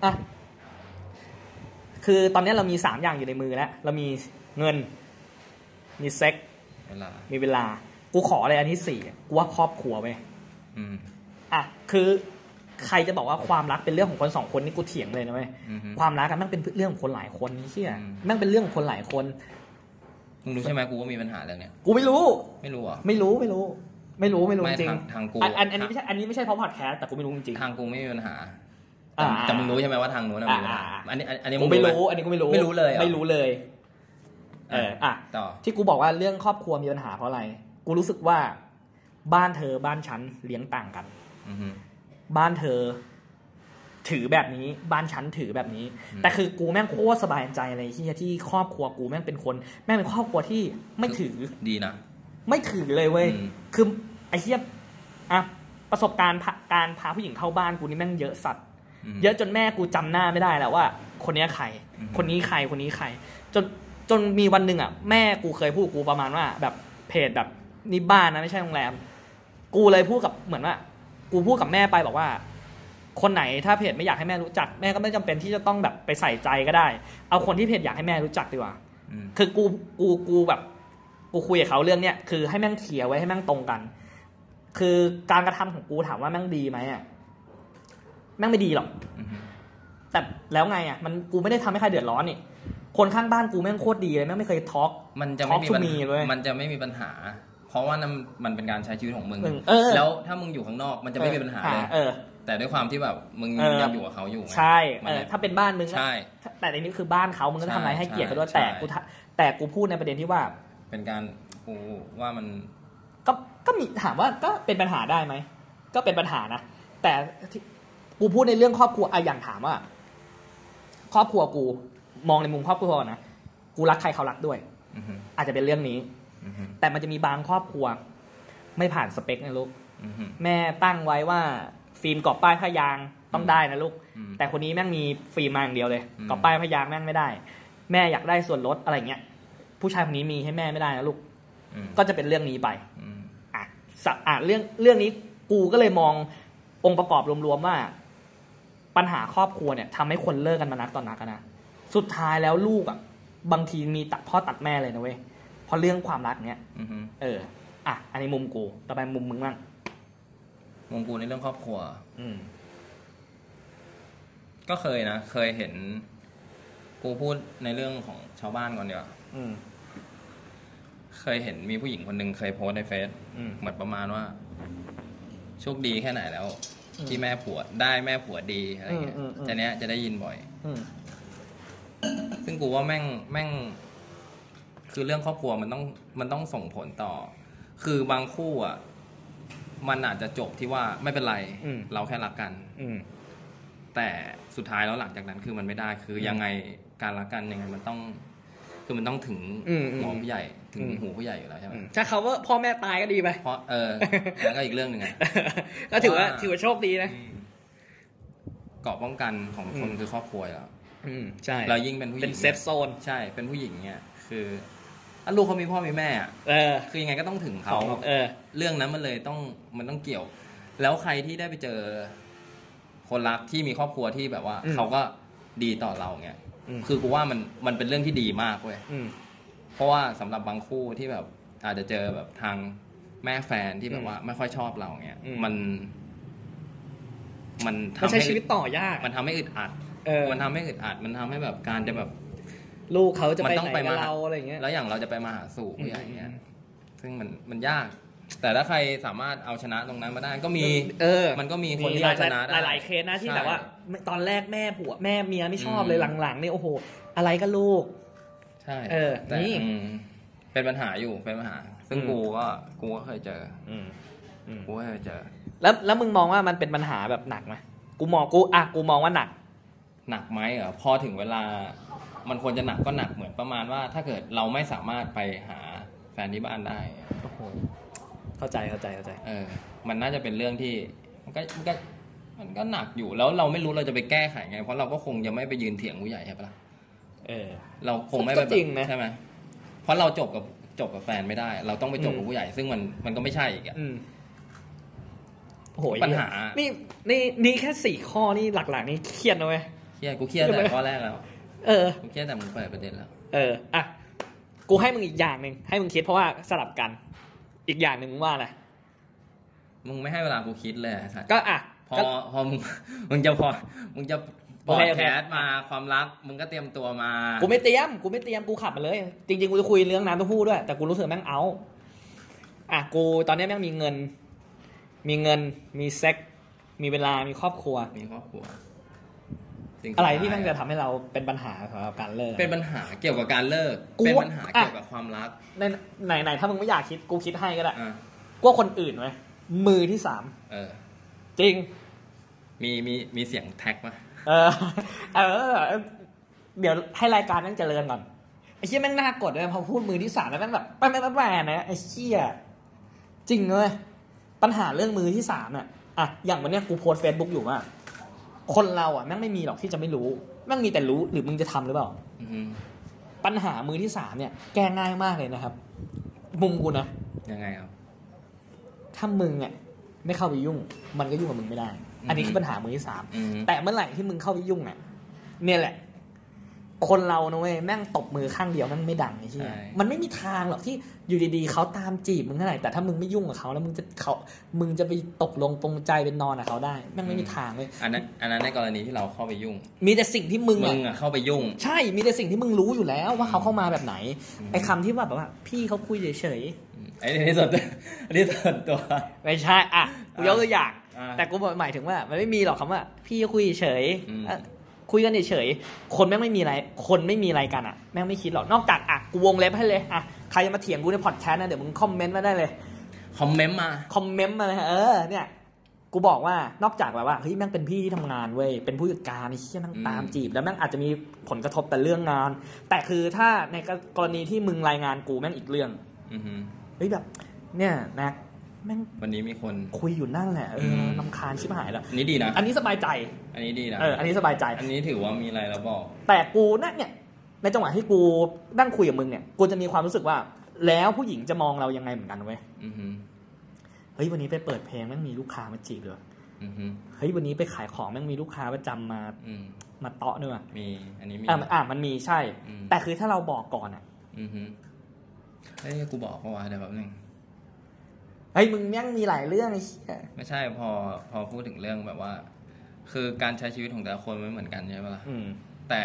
คือตอนนี้เรามี3 อย่างอยู่ในมือแล้วเรามีเงินมีเซ็กมีเวลากูขออะไรอันที่4กูว่าครอบครัวเว้ยคือใครจะบอกว่าความรักเป็นเรื่องของคน2 คนนี่กูเถียงเลยนะเว้ยความรักกันแม่งเป็นเรื่องของคนหลายคนนี่เชี่ยแม่งเป็นเรื่องของคนหลายคนมึงรู้ใช่ไหมกูก็มีปัญหาเรื่องเนี้ยกูไม่รู้เหรอไม่รู้จริงทางกูอันนี้ไม่ใช่เพราะพอดแคสต์แต่กูไม่รู้จริงทางกูไม่มีปัญหาแต่มึงรู้ใช่ไหมว่าทางนู้นมีปัญหาอันนี้กูไม่รู้อันนี้กูไม่รู้เลยต่อที่กูบอกว่าเรื่องครอบครัวมีปัญหาเพราะอะไรกูรู้สึกว่าบ้านเธอบ้านฉันเลี้ยงต่างกันบ้านเธอถือแบบนี้บ้านฉันถือแบบนี้แต่คือกูแม่งโคตรสบายใจเลยที่ครอบครัวกูแม่งเป็นคนแม่งเป็นครอบครัวที่ไม่ถือดีนะไม่ถือเลยเว้ยคือไอ้เหี้ยอ่ะประสบการณ์การพาผู้หญิงเข้าบ้านกูนี่แม่งเยอะสัตว์เยอะจนแม่กูจำหน้าไม่ได้แล้วว่าคนนี้ใครคนนี้ใครคนนี้ใครจนมีวันหนึ่งอ่ะแม่กูเคยพูดกูประมาณว่าแบบเพจแบบนี่บ้านนะไม่ใช่โรงแรมกูเลยพูดกับเหมือนว่ากูพูดกับแม่ไปบอกว่าคนไหนถ้าเพจไม่อยากให้แม่รู้จักแม่ก็ไม่จำเป็นที่จะต้องแบบไปใส่ใจก็ได้เอาคนที่เพจอยากให้แม่รู้จักดีกว่าคือกูแบบกูคุยกับเขาเรื่องเนี้ยคือให้แม่งเคลียร์ไว้ให้แม่งตรงกันคือการกระทำของกูถามว่าแม่งดีไหมอ่ะแม่งไม่ดีหรอกแต่แล้วไงอ่ะมันกูไม่ได้ทำให้ใครเดือดร้อนนี่คนข้างบ้านกูแม่งโคตรดีเลยแม่งไม่เคยทอล์กมันจะไม่มีปัญหามันจะไม่มีปัญหาเพราะว่านั่นมันเป็นการใช้ชีวิตของมึงแล้วถ้ามึงอยู่ข้างนอกมันจะไม่มีปัญหาเลยแต่ด้วยความที่แบบมึงยังอยู่กับเขาอยู่ใช่ถ้าเป็นบ้านมึงแต่ในนี้คือบ้านเขามึงก็ทำอะไรให้เกียรติเขาด้วยแต่กูพูดในประเด็นที่ว่าเป็นการกูว่ามันก็มีถามว่าก็เป็นปัญหาได้ไหมก็เป็นปัญหานะแต่กูพูดในเรื่องครอบครัวอย่างถามว่าครอบครัวกูมองในมุมครอบครัวนะกูรักใครเขารักด้วยอาจจะเป็นเรื่องนี้แต่มันจะมีบางครอบครัวไม่ผ่านสเปคนะลูกแม่ตั้งไว้ว่าฟิล์มกรอบป้ายพยางต้องได้นะลูกแต่คนนี้แม่งมีฟิล์มมาอย่างเดียวเลยกรอบป้ายพยางแม่งไม่ได้แม่อยากได้ส่วนลดอะไรเงี้ยผู้ชายคนนี้มีให้แม่ไม่ได้นะลูกก็จะเป็นเรื่องนี้ไปเรื่องนี้กูก็เลยมององค์ประกอบรวมๆว่าปัญหาครอบครัวเนี่ยทำให้คนเลิกกันมานักต่อนักนะสุดท้ายแล้วลูกอ่ะบางทีมีตัดพ่อตัดแม่เลยนะเว้ยเพราะเรื่องความรักเนี้ยอันนี้มุมกูต่อไปมุมมึงบ้างมุมกูในเรื่องครอบครัวก็เคยเห็นกูพูดในเรื่องของชาวบ้านก่อนเดียวเคยเห็นมีผู้หญิงคนหนึ่งเคยโพสในเฟซเหมือนประมาณว่าโชคดีแค่ไหนแล้วที่แม่ผัวได้แม่ผัวดีอะไรเงี้ยจะได้ยินบ่อยซึ่งกูว่าแม่งคือเรื่องครอบครัวมันต้องส่งผลต่อคือบางคู่อ่ะมันอาจจะจบที่ว่าไม่เป็นไรเราแค่รักกันแต่สุดท้ายแล้วหลังจากนั้นคือมันไม่ได้คือยังไงการรักกันยังไงมันต้องคือมันต้องถึงหมอผู้ใหญ่ถึงหูผู้ใหญ่อยู่แล้วใช่ไหมถ้าเขาว่าพ่อแม่ตายก็ดีไปเพราะแล้วก็อีกเรื่องหนึ่งไงก็ถือว่าโชคดีนะเกราะป้องกันของคนคือครอบครัวแล้วใช่เรายิ่งเป็นผู้หญิงเป็นเซฟโซนใช่เป็นผู้หญิงเนี่ยคือลูกเขามีพ่อมีแม่คือยังไงก็ต้องถึงเขาเรื่องนั้นมันเลยมันต้องเกี่ยวแล้วใครที่ได้ไปเจอคนรักที่มีครอบครัวที่แบบว่าเขาก็ดีต่อเราเนี่ยคือกูว่ามันเป็นเรื่องที่ดีมากเว้ยเพราะว่าสำหรับบางคู่ที่แบบอาจจะเจอแบบทางแม่แฟนที่แบบว่าไม่ค่อยชอบเราเนี่ยมันทำให้ชีวิตต่อยากมันทำให้อึดอัดมันทำให้อึดอัดมันทำให้แบบการจะแบบลูกเขาจะไปไหนกับเราอะไรเงี้ยแล้วอย่างเราจะไปมาหาสู่ผู้ใหญ่เงี้ยซึ่งมันยากแต่ถ้าใครสามารถเอาชนะตรงนั้นมาได้ก็มีมันก็มีคนที่เอาชนะได้หลายเคสนะที่แบบว่าตอนแรกแม่ผัวแม่เมียไม่ชอบเลยหลังๆนี่โอ้โหอะไรก็ลูกใช่แต่เป็นปัญหาอยู่เป็นปัญหาซึ่งกูก็เคยเจอกูก็เคยเจอแล้วมึงมองว่ามันเป็นปัญหาแบบหนักไหมกูมองว่าหนักไหมพอถึงเวลามันควรจะหนักก็หนักเหมือนประมาณว่าถ้าเกิดเราไม่สามารถไปหาแฟนที่บ้านได้โอ้โหเข้าใจมันน่าจะเป็นเรื่องที่มันก็หนักอยู่แล้วเราไม่รู้เราจะไปแก้ไขไงเพราะเราก็คงจะไม่ไปยืนเถียงผู้ใหญ่ใช่ปะล่ะเราคงไม่ไปใช่ไหมเพราะเราจบกับแฟนไม่ได้เราต้องไปจบกับผู้ใหญ่ซึ่งมันก็ไม่ใช่อีกโอ้โหปัญหานี่แค่4ข้อนี่หลักๆนี่เครียดนะเว้ยเครียดกูเครียดแต่ข้อแรกแล้วกูเครียดแต่มึงเปิดประเด็นแล้วกูให้มึงอีกอย่างนึงให้มึงคิดเพราะว่าสลับกันอีกอย่างนึงมึงว่าอะไรมึงไม่ให้เวลากูคิดเลยก็พอมึงจะพอดแคสต์มาความรักมึงก็เตรียมตัวมากูไม่เตรียมกูขับมาเลยจริงๆกูจะคุยเรื่องน้ำเต้าหู้ด้วยแต่กูรู้สึกแม่งเอากูตอนนี้แม่งมีเงินมีเซ็กมีเวลามีครอบครัวอะไรที่แม่งจะทำให้เราเป็นปัญหาสำหรับการเลิกเป็นปัญหาเกี่ยวกับการเลิกเป็นปัญหาเกี่ยวกับความรักไหนถ้ามึงไม่อยากคิดกูคิดให้ก็ได้ก็คนอื่นไหมมือที่3จริงมีเสียงแท็กป่ะเดี๋ยวให้รายการนั่งเจริญก่อนไอ้เชี่ยแม่งน่ากดเลยพอพูดมือที่3แล้วแม่งแบบแป๊บนะไอ้เชี่ยจริงเลยปัญหาเรื่องมือที่3น่ะอ่ะอย่างวันเนี้ยกูโพสต์ Facebook อยู่ว่าคนเราอ่ะแม่งไม่มีหรอกที่จะไม่รู้แม่งมีแต่รู้หรือมึงจะทำหรือเปล่าปัญหามือที่3เนี่ยแก้ง่ายมากเลยนะครับมุมกูนะยังไงครับถ้ามึงอ่ะไม่เข้าไปยุ่งมันก็ยุ่งกับมึงไม่ได้อันนี้คือปัญหามือที่3แต่เมื่อไหร่ที่มึงเข้าไปยุ่งอ่ะเนี่ยแหละคนเรานะเว้ยแม่งตบมือข้างเดียวแม่งไม่ดังไอ้เหี้ยมันไม่มีทางหรอกที่อยู่ดีๆเขาตามจีบมึงเท่าไหร่แต่ถ้ามึงไม่ยุ่งกับเขาแล้วมึงจะไปตกลงปรงใจเป็นนอนกับเขาได้แม่งไม่มีทางเลยอันนั้นในกรณีที่เราเข้าไปยุ่งมีแต่สิ่งที่มึงอ่ะเข้าไปยุ่งใช่มีแต่สิ่งที่มึงรู้อยู่แล้วว่าเขาเข้ามาแบบไหนไอ้คำที่แบบว่าพี่เขาคุยเฉยๆไอ้นี่ส่วนตัวไม่ใช่อ่ะกูยกตัวอย่างแต่กูหมายถึงว่ามันไม่มีหรอกคำว่าพี่เขาคุยเฉยคุยกันเฉยๆคนแม่งไม่มีอะไรคนไม่มีอะไรกันอ่ะแม่งไม่คิดหรอกนอกจากอ่ะกูวงเล็บให้เลยอ่ะใครจะมาเถียงกูในพอดแคสต์นะเดี๋ยวมึงคอมเมนต์มาได้เลยคอมเมนต์มาเลยเนี่ยกูบอกว่านอกจากแบบว่าเฮ้ยแม่งเป็นพี่ที่ทำงานเว้ยเป็นผู้จัดการไอ้เหี้ยแม่งตามจีบแล้วแม่งอาจจะมีผลกระทบแต่เรื่องงานแต่คือถ้าในกรณีที่มึงรายงานกูแม่งอีกเรื่องเฮ้ยแบบเนี่ยนะแม่งวันนี้มีคนคุยอยู่นั่นแหละรำคาญชิบหายแล้วนี่ดีนะอันนี้สบายใจอันนี้ดีนะอันนี้สบายใจอันนี้ถือว่ามีอะไรแล้วบอกแต่กูเนี่ยในจังหวะที่กูนั่งคุยกับมึงเนี่ยกูจะมีความรู้สึกว่าแล้วผู้หญิงจะมองเรายังไงเหมือนกันเว้ยเฮ้ยวันนี้ไปเปิดเพลงแม่งมีลูกค้ามาจีบเลยเฮ้ยวันนี้ไปขายของแม่งมีลูกค้าประจำมาเตาะด้วยมีอันนี้มีมันมีใช่แต่คือถ้าเราบอกก่อนอ่ะเฮ้ยกูบอกเขาว่าเดี๋ยวแป๊บนึงเฮ้ยมึงยังมีหลายเรื่องไม่ใช่พอพูดถึงเรื่องแบบว่าคือการใช้ชีวิตของแต่ละคนไม่เหมือนกันใช่ไหมล่ะแต่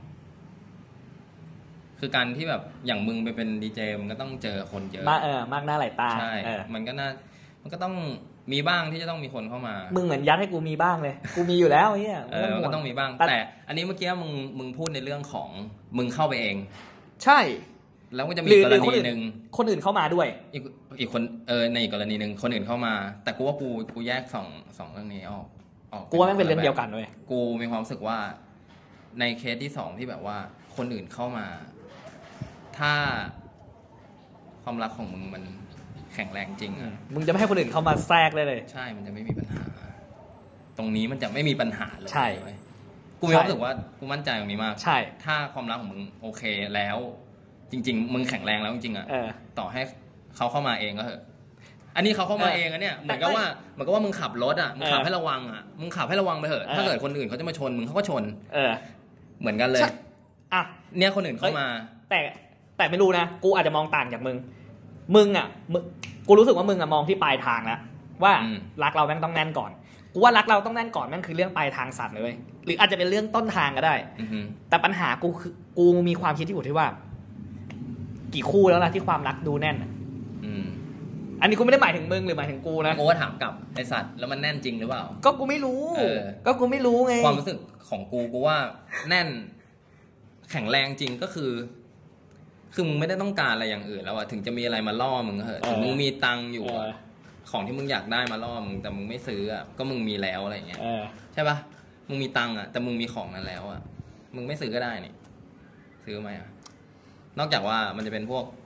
คือการที่แบบอย่างมึงไปเป็นดีเจมันก็ต้องเจอคนเยอะมากหน้าหลายตาใช่มันก็ต้องมีบ้างที่จะต้องมีคนเข้ามามึงเหมือนยัดให้กูมีบ้างเลยกูมีอยู่แล้วเนี่ยมันก็ต้องมีบ้างแต่อันนี้เมื่อกี้มึงพูดในเรื่องของมึงเข้าไปเองใช่แล้วก็จะมีกรณีนึงคนอื่นเข้ามาด้วยอีกคนในอีกกรณีนึงคนอื่นเข้ามาแต่กูว่ากูแยกสองเรื่องนี้ออกกูว่าไม่เป็นเรื่องเดียวกันด้วยกูมีความรู้สึกว่าในเคสที่2ที่แบบว่าคนอื่นเข้ามาถ้าความรักของมึงมันแข็งแรงจริงอ่ะมึงจะไม่ให้คนอื่นเข้ามาแทรกได้เลยใช่มันจะไม่มีปัญหาตรงนี้มันจะไม่มีปัญหาเลยใช่กูมีความรู้สึกว่ากูมั่นใจตรงนี้มากใช่ถ้าความรักของมึงโอเคแล้วจริงๆมึงแข็งแรงแล้วจริงๆอ่ะต่อให้เขาเข้ามาเองก็เถอะอันนี้เขาเข้ามาเองอะเนี่ยเหมือนกับว่ามึงขับรถอ่ะมึงขับให้ระวังอ่ะมึงขับให้ระวังไปเถอะถ้าเกิดคนอื่นเขาจะมาชนมึงเขาก็ชนเหมือนกันเลยอ่ะเนี่ยคนอื่นเข้ามาแต่ไม่รู้นะกูอาจจะมองต่างจากมึงอ่ะกูรู้สึกว่ามึงอ่ะมองที่ปลายทางแล้วว่ารักเราแม่งต้องแน่นก่อนกูว่ารักเราต้องแน่นก่อนแม่งคือเรื่องปลายทางสัตว์เลยหรืออาจจะเป็นเรื่องต้นทางก็ได้แต่ปัญหากูมีความคิดที่อยู่ที่ว่ากี่คู่แล้วล่ะที่ความรักดูแน่นอันนี้กูไม่ได้หมายถึงมึงหรือหมายถึงกูนะกูว่าถามกลับไอสัตว์แล้วมันแน่นจริงหรือเปล่าก็กูไม่รู้ไงความรู้สึกของกูว่าแน่นแข็งแรงจริงก็คือมึงไม่ได้ต้องการอะไรอย่างอื่นแล้วอะถึงจะมีอะไรมาล่อมึงเหอะถึงมึงมีตังค์อยู่ของที่มึงอยากได้มาล่อมึงแต่มึงไม่ซื้ออะก็มึงมีแล้วอะไรเงี้ยใช่ปะมึงมีตังค์อะแต่มึงมีของนั้นแล้วอะมึงไม่ซื้อก็ได้นี่ซื้อไหมอะนอกจากว่ามันจะเป็นพวก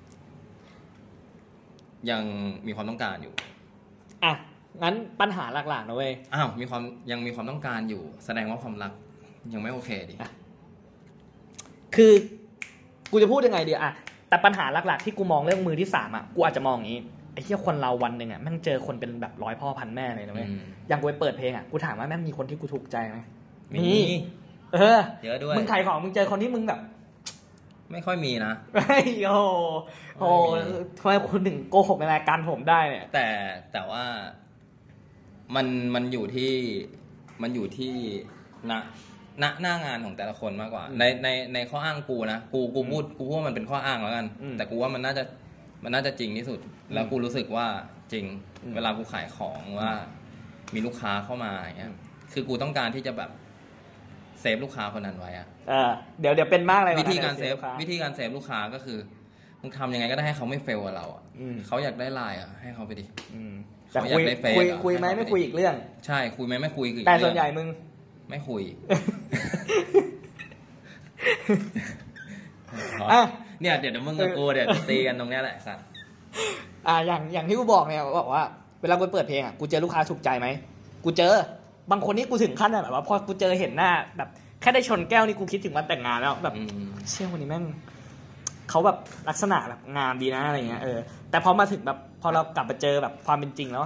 ยังมีความต้องการอยู่อ่ะงั้นปัญหาหลักๆนะเว้ยยังมีความต้องการอยู่แสดงว่าความรักยังไม่โอเคดิคือกูจะพูดยังไงดีอะแต่ปัญหาหลักๆที่กูมองเรื่องมือที่3อะกูอาจจะมองอย่างนี้ไอ้เหี้ยคนเราวันนึงอะแม่งเจอคนเป็นแบบ100 พ่อพันแม่เลยนะเว้ยอย่างกูไปเปิดเพลงอะกูถามว่าแม่งมีคนที่กูถูกใจไหมมีเยอะด้วยมึงขายของมึงเจอคนที่มึงแบบไม่ค่อยมีนะโอ้ทำไมคุณถึงโกหกในรายการผมได้เนี่ยแต่ว่ามันอยู่ที่หน้างานของแต่ละคนมากกว่าในข้ออ้างกูนะกูพูดว่ามันเป็นข้ออ้างแล้วกันแต่กูว่ามันน่าจะจริงที่สุดแล้วกูรู้สึกว่าจริงเวลากูขายของว่ามีลูกค้าเข้ามาอย่างเงี้ยคือกูต้องการที่จะแบบเซฟลูกค้าคนนั้นไว้อะเดี๋ยวเป็นมากเลยวิธีการเซฟลูกค้าก็คือมึงทำยังไงก็ได้ให้เขาไม่เฟลกับเราอ่ะเขาอยากได้ไลน์อ่ะให้เขาไปดิแต่คุยไหมไม่คุยอีกเรื่องใช่คุยไหมไม่คุยแต่ส่วนใหญ่มึงไม่คุยเนี่ยเดี๋ยวมึงกับกูเดี๋ยวตีกันตรงนี้แหละสัตว์อย่างที่กูบอกเนี่ยบอกว่าเวลากูเปิดเพลงอ่ะกูเจอลูกค้าถูกใจไหมกูเจอบางคนนี่กูถึงขั้นแบบว่าพอกูเจอเห็นหน้าแบบแค่ได้ชนแก้วนี่กูคิดถึงวันแต่งงานแล้วแบบเชี่ยคนนี้แม่งเขาแบบลักษณะแบบงามดีนะอะไรเงี้ยแต่พอมาถึงแบบพอเรากลับมาเจอแบบความเป็นจริงแล้ว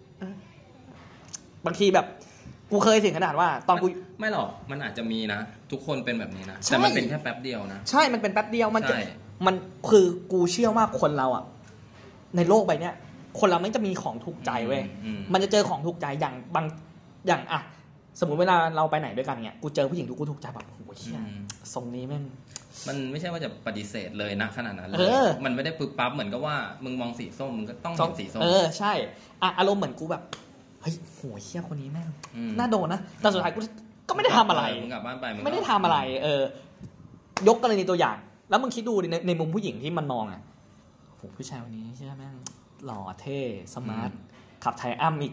บางทีแบบกูเคยถึงขนาดว่าตอนกูไม่หรอกมันอาจจะมีนะทุกคนเป็นแบบนี้นะแต่มันเป็นแค่แป๊บเดียวนะใช่มันเป็นแป๊บเดียวมันคือกูเชื่อว่าคนเราอ่ะในโลกใบเนี้ยคนเราไม่จะมีของถูกใจเว้ยมันจะเจอของถูกใจอย่างบางอย่างอ่ะสมมุติเวลาเราไปไหนด้วยกันเนี่ยกูเจอผู้หญิงทุกกูถูกใจแบบโอ้ยเชี่ยทรงนี้แม่งมันไม่ใช่ว่าจะปฏิเสธเลยนะขนาดนั้นเลยมันไม่ได้ปึ๊บปั๊บเหมือนกับว่ามึงมองสีส้มมึงก็ต้องเห็นสีส้มใช่อารมณ์เหมือนกูแบบเฮ้ยโหเชี่ยคนนี้แม่งน่าโดนนะแต่สุดท้ายกูก็ไม่ได้ทำอะไรมึงกลับบ้านไปไม่ได้ทำอะไรยกกรณีตัวอย่างแล้วมึงคิดดูในมุมผู้หญิงที่มันมองอ่ะโหผู้ชายคนนี้ใช่ไหมแม่งหล่อเท่สมาร์ทขับไทอัมอีก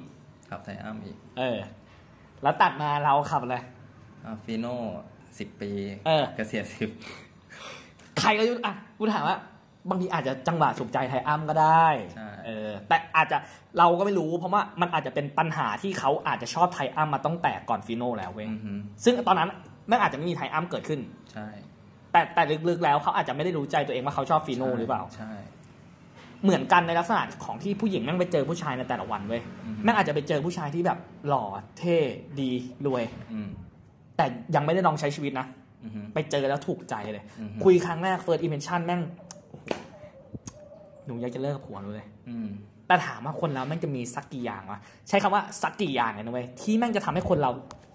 แล้วตัดมาเราขับอะไรฟีโน่10 ปีเกษียณ10 ใครก็ยุอ่ะกูถามว่าบางทีอาจจะจังหวะถูกใจไทอัมก็ได้แต่อาจจะเราก็ไม่รู้เพราะว่ามันอาจจะเป็นปัญหาที่เขาอาจจะชอบไทอัมมาตั้งแต่ก่อนฟีโน่แล้วเว้ยซึ่งตอนนั้นแม่งอาจจะไม่มีไทอัมเกิดขึ้นใช่แต่ลึกๆแล้วเขาอาจจะไม่ได้รู้ใจตัวเองว่าเขาชอบฟีโน่หรือเปล่าใช่เหมือนกันในลักษณะของที่ผู้หญิงแม่งไปเจอผู้ชายในแต่ละวันเว้ยแม่งอาจจะไปเจอผู้ชายที่แบบหล่อเท่ดีรวยแต่ยังไม่ได้ลองใช้ชีวิตนะไปเจอแล้วถูกใจเลยคุยครั้งแรก first impression แม่งหนูอยากจะเลิกกับผัวหนูเลยแต่ถามว่าคนเราแม่งจะมีสักกี่อย่างวะใช้คำว่าสักกี่อย่างเลยนะเว้ยที่แม่งจะทำให้คนเรา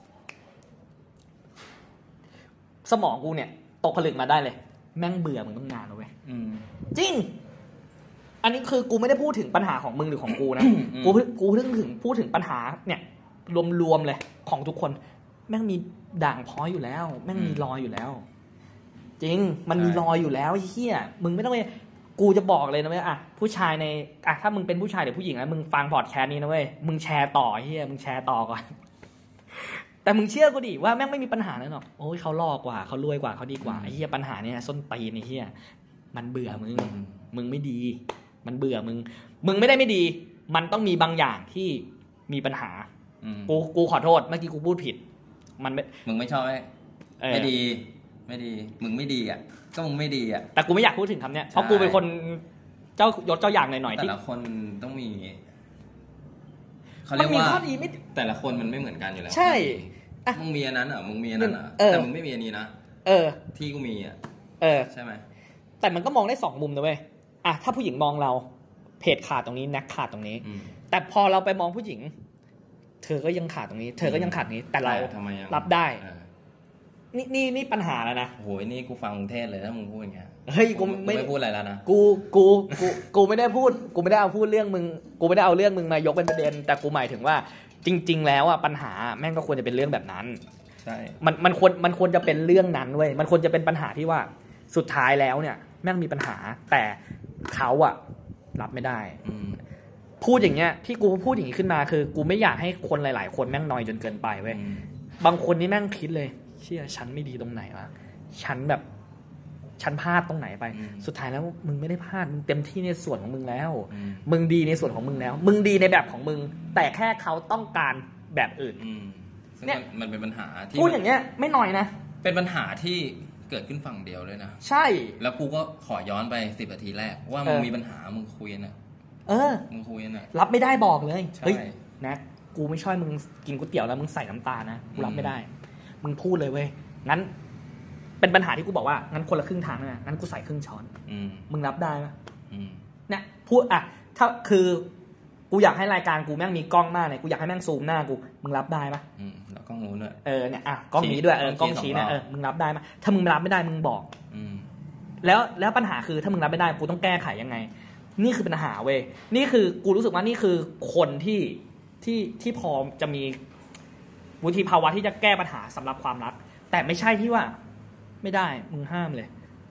สมองกูเนี่ยตกผลึกมาได้เลยแม่งเบื่อมึงต้องนานแล้วเว้ยจริงอันนี้คือกูไม่ได้พูดถึงปัญหาของมึงหรือของกูนะกูพูดถึงปัญหาเนี่ยรวมๆเลยของทุกคนแม่งมีด่างพร้อยอยู่แล้วแม่งมีรอยอยู่แล้วจริงมันมีรอยอยู่แล้วเหี้ยมึงไม่ต้องไปกูจะบอกเลยนะเว้ยผู้ชายในถ้ามึงเป็นผู้ชายหรือผู้หญิงนะมึงฟังพอดแคสต์นี้นะเว้ยมึงแชร์ต่อเหี้ยมึงแชร์ต่อก่อนแต่มึงเชื่อกูดิว่าแม่งไม่มีปัญหาเลยหรอกโอ้ยเขาหล่อกว่าเขารวยกว่าเขาดีกว่าไอ้เหี้ยปัญหาเนี่ยส้นตีนไอ้เหี้ยมันเบื่อมึงไม่ดีมันเบื่อมึงไม่ได้ไม่ดีมันต้องมีบางอย่างที่มีปัญหากูขอโทษเมื่อกี้กูพูดผิดมึงไม่ชอบไม่ดีมึงไม่ดีอ่ะก็มึงไม่ดีอ่ะแต่กูไม่อยากพูดถึงคำเนี้ยเพราะกูเป็นคนเจ้ายศเจ้าอย่างหน่อยๆที่แต่ละคนต้องมีเขาเรียกว่าแต่ละคนมันไม่เหมือนกันอยู่แล้วใช่มึงมีอันนั้นอ่ะมึงมีอันนั้นอ่ะแต่มึงไม่มีอันนี้นะที่กูมีอ่ะใช่ไหมแต่มันก็มองได้2มุมนะเว้ยถ้าผู้หญิงมองเราเพจขาดตรงนี้แน็กขาดตรงนี้แต่พอเราไปมองผู้หญิงเธอก็ยังขาดตรงนี้เธอก็ยังขาดนี้แต่เรารับได้นี่ปัญหาแล้วนะโอ้ยนี่กูฟังมึงเทศเลยถ้ามึงพูดอย่างเงี้ยเฮ้ยกูไม่พูดอะไรแล้วนะกูไม่ได้พูดกูไม่ได้เอาพูดเรื่องมึงกูไม่ได้เอาเรื่องมึงมายกเป็นประเด็นแต่กูหมายถึงว่าจริงๆแล้วปัญหาแม่งก็ควรจะเป็นเรื่องแบบนั้นใช่มันควรจะเป็นเรื่องนั้นเว้ยมันควรจะเป็นปัญหาที่ว่าสุดท้ายแล้วเนี่ยแม่งมีปัญหาแต่เขารับไม่ได้พูดอย่างเงี้ยที่กูพูดอย่างนี้ขึ้นมาคือกูไม่อยากให้คนหลายๆคนแม่งนอยจนเกินไปเว้ยบางคนนี่แม่งคิดเลยเชี่ยฉันไม่ดีตรงไหนวะฉันพลาดตรงไหนไปสุดท้ายแล้วมึงไม่ได้พลาดมึงเต็มที่ในส่วนของมึงแล้วมึงดีในส่วนของมึงแล้วมึงดีในแบบของมึงแต่แค่เขาต้องการแบบอื่นเนี่ยมันเป็นปัญหาที่พูดอย่างเงี้ยไม่หน่อยนะเป็นปัญหาที่เกิดขึ้นฝั่งเดียวเลยนะใช่แล้วกูก็ขอย้อนไป10 นาทีแรกว่ามึงมีปัญหามึงคุยนะมึงคุยนะรับไม่ได้บอกเลยเฮ้ยนะกูไม่ชอบมึงกินก๋วยเตี๋ยวแล้วมึงใส่น้ำตาลนะกูรับไม่ได้มึงพูดเลยเว้ยงั้นเป็นปัญหาที่กูบอกว่างั้นคนละครึ่งทางนะงั้นกูใส่ครึ่งช้อนมึงรับได้ไหมเนี่ยพูดถ้าคือกูอยากให้รายการกูแม่งมีกล้องมากเลยกูอยากให้แม่งซูมหน้ากูมึงรับได้ปะแล้วกล้องนู้นด้วยเนี่ยกล้องนี้ด้วยกล้องชี้เนี่ยมึงรับได้ไหมถ้ามึงรับไม่ได้มึงบอกแล้วปัญหาคือถ้ามึงรับไม่ได้กูต้องแก้ไขยังไงนี่คือปัญหาเว้ยนี่คือกูรู้สึกว่านี่คือคนที่พอจะมีวุฒิภาวะที่จะแก้ปัญหาสำหรับความรักแต่ไม่ใช่ที่ว่าไม่ได้มึงห้ามเลย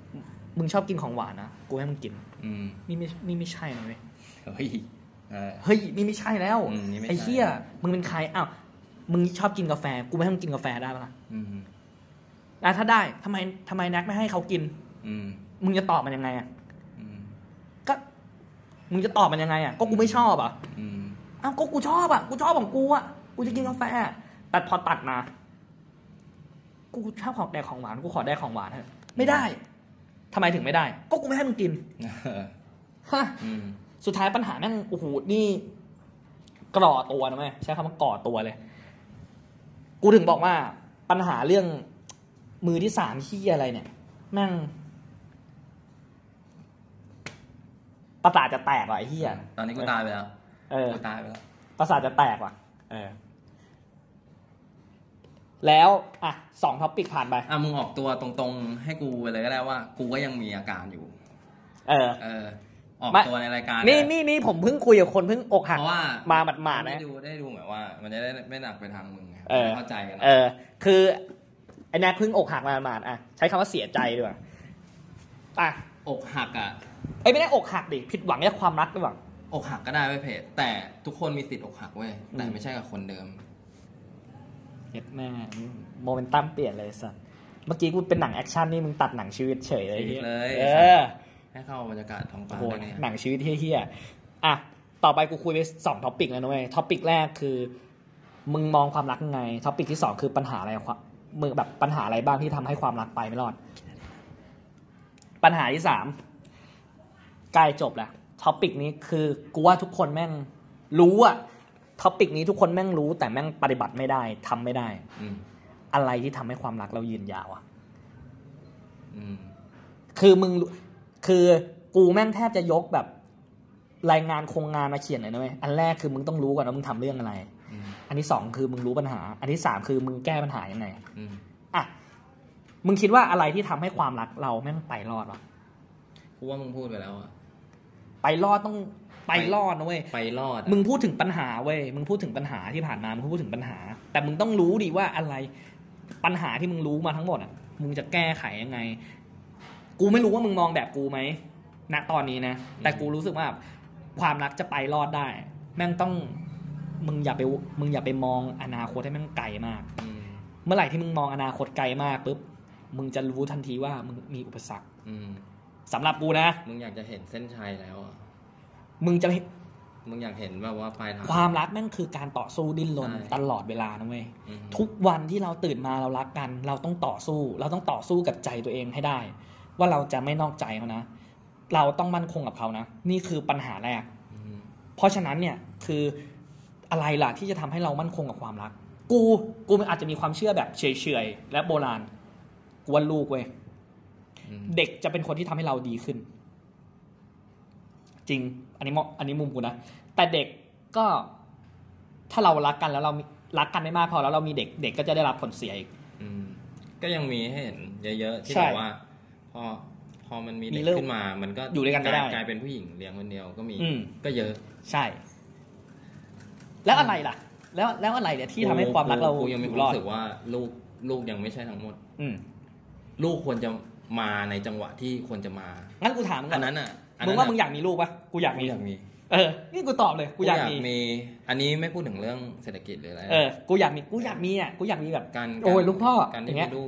มึงชอบกินของหวานนะกูให้มึงกินนี่ไม่ใช่นะเว้ยเฮ้ยนี่ไม่ใช่แล้วไอ้เหี้ยมึงเป็นใครอ้าวมึงชอบกินกาแฟกูไม่ให้มึงกินกาแฟได้ปะล่ะแล้วถ้าได้ทำไมแน็กไม่ให้เขากินมึงจะตอบมันยังไงอ่ะก็มึงจะตอบมันยังไงอ่ะก็กูไม่ชอบอ่ะอ้าวก็กูชอบอ่ะกูชอบของกูอ่ะกูจะกินกาแฟแต่พอตัดมากูชอบของแดกของหวานกูขอได้ของหวานเถอะไม่ได้ทำไมถึงไม่ได้ก็กูไม่ให้มึงกินฮะสุดท้ายปัญหาแม่งโอ้โหนี่ก่อตัวนะแม่ใช้คำว่าก่อตัวเลยกูถึงบอกว่าปัญหาเรื่องมือที่สามที่อะไรเนี่ยแม่งประสาทจะแตกว่ะไอ้เหี้ยตอนนี้กูตายไปแล้วกูตายไปแล้วประสาทจะแตกว่ะแล้ว2ท็อปิกผ่านไปมึงออกตัวตรงๆให้กูเลยก็ได้ว่ากูก็ยังมีอาการอยู่ออกตัวในรายการนี่ผมเพิ่งคุยกับคนเพิ่งอกหักมาหมาดๆนะได้ดูแบบว่ามันจะได้ไม่หนักไปทางมึงเข้าใจกันคือไอ้แน็กเพิ่งอกหักมาหมาดใช้คำว่าเสียใจดีกว่าอกหักไม่ได้อกหักดิผิดหวังจากความรักหรือเปล่าอกหักก็ได้เว้ยเพจแต่ทุกคนมีสิทธิ์อกหักเว้ยแต่ไม่ใช่กับคนเดิมเฮ็ดแม่โมเมนตัมเปลี่ยนเลยสัสเมื่อกี้กูเป็นหนังแอคชั่นนี่มึงตัดหนังชีวิตเฉยเลยให้เข้าบรรยากาศท้องฟ้าเนี่ยหนังชีวิตเฮี้ยต่อไปกูคุยไป2ท็อปิกแล้วนะเว้ยท็อปิกแรกคือมึงมองความรักยังไงท็อปิกที่2คือปัญหาอะไรมึงแบบปัญหาอะไรบ้างที่ทำให้ความรักไปไม่รอดปัญหาที่3ใกล้จบแล้วท็อปิกนี้คือกูว่าทุกคนแม่งรู้ท็อปิกนี้ทุกคนแม่งรู้แต่แม่งปฏิบัติไม่ได้ทำไม่ได้อะไรที่ทำให้ความรักเรายืนยาวคือกูแม่งแทบจะยกแบบรายงานโครงงานมาเขียนเลยนะเว้ยอันแรกคือมึงต้องรู้ก่อนว่ามึงทำเรื่องอะไรอันที่2คือมึงรู้ปัญหาอันที่3คือมึงแก้ปัญหายังไงมึงคิดว่าอะไรที่ทำให้ความรักเราแม่งไปรอดวะกูว่ามึงพูดไปแล้วไปรอดต้องไปรอดนะเว้ยไปรอดมึงพูดถึงปัญหาเว้ยมึงพูดถึงปัญหาที่ผ่านมามึงพูดถึงปัญหาแต่มึงต้องรู้ดิว่าอะไรปัญหาที่มึงรู้มาทั้งหมดมึงจะแก้ไขยังไงกูไม่รู้ว่ามึงมองแบบกูไหมณตอนนี้นะแต่กูรู้สึกว่าความรักจะไปรอดได้แม่งต้องมึงอย่าไปมองอนาคตให้แม่งไกลมากเมื่อไหร่ที่มึงมองอนาคตไกลมากปุ๊บมึงจะรู้ทันทีว่ามึงมีอุปสรรคสำหรับกูนะมึงอยากจะเห็นเส้นชัยแล้วมึงอยากเห็นแบบว่าปลายทางความรักแม่งคือการต่อสู้ดิ้นรนตลอดเวลานะเว้ยทุกวันที่เราตื่นมาเรารักกันเราต้องต่อสู้กับใจตัวเองให้ได้ว่าเราจะไม่นอกใจเขานะเราต้องมั่นคงกับเขานะนี่คือปัญหาแรกเพราะฉะนั้นเนี่ยคืออะไรล่ะที่จะทำให้เรามั่นคงกับความรักกูมันอาจจะมีความเชื่อแบบเฉยๆและโบราณกูว่าลูกเว้ยเด็กจะเป็นคนที่ทำให้เราดีขึ้นจริงอันนี้มุมกูนะแต่เด็กก็ถ้าเรารักกันแล้วเรารักกันไม่มากพอแล้วเรามีเด็กก็จะได้รับผลเสียอีกก็ยังมีให้เห็นเยอะๆที่บอกว่าพอมันมีเด็กขึ้นมามันก็อยู่ด้วยกันไม่ได้กลายเป็นผู้หญิงเลี้ยงคนเดียวก็มีก็เยอะใช่แล้วอะไรล่ะแล้วอะไรเนี่ยที่ทำให้ความรักเรากูยังมีความรู้สึกว่าลูกยังไม่ใช่ทั้งหมดลูกควรจะมาในจังหวะที่ควรจะมางั้นกูถามมึงอันนั้นมึงว่ามึงอยากมีลูกปะกูอยากมีนี่กูตอบเลยกูอยากมีอันนี้ไม่พูดถึงเรื่องเศรษฐกิจหรืออะไรกูอยากมีแบบโอ้ยลูกพ่อการที่มีลูก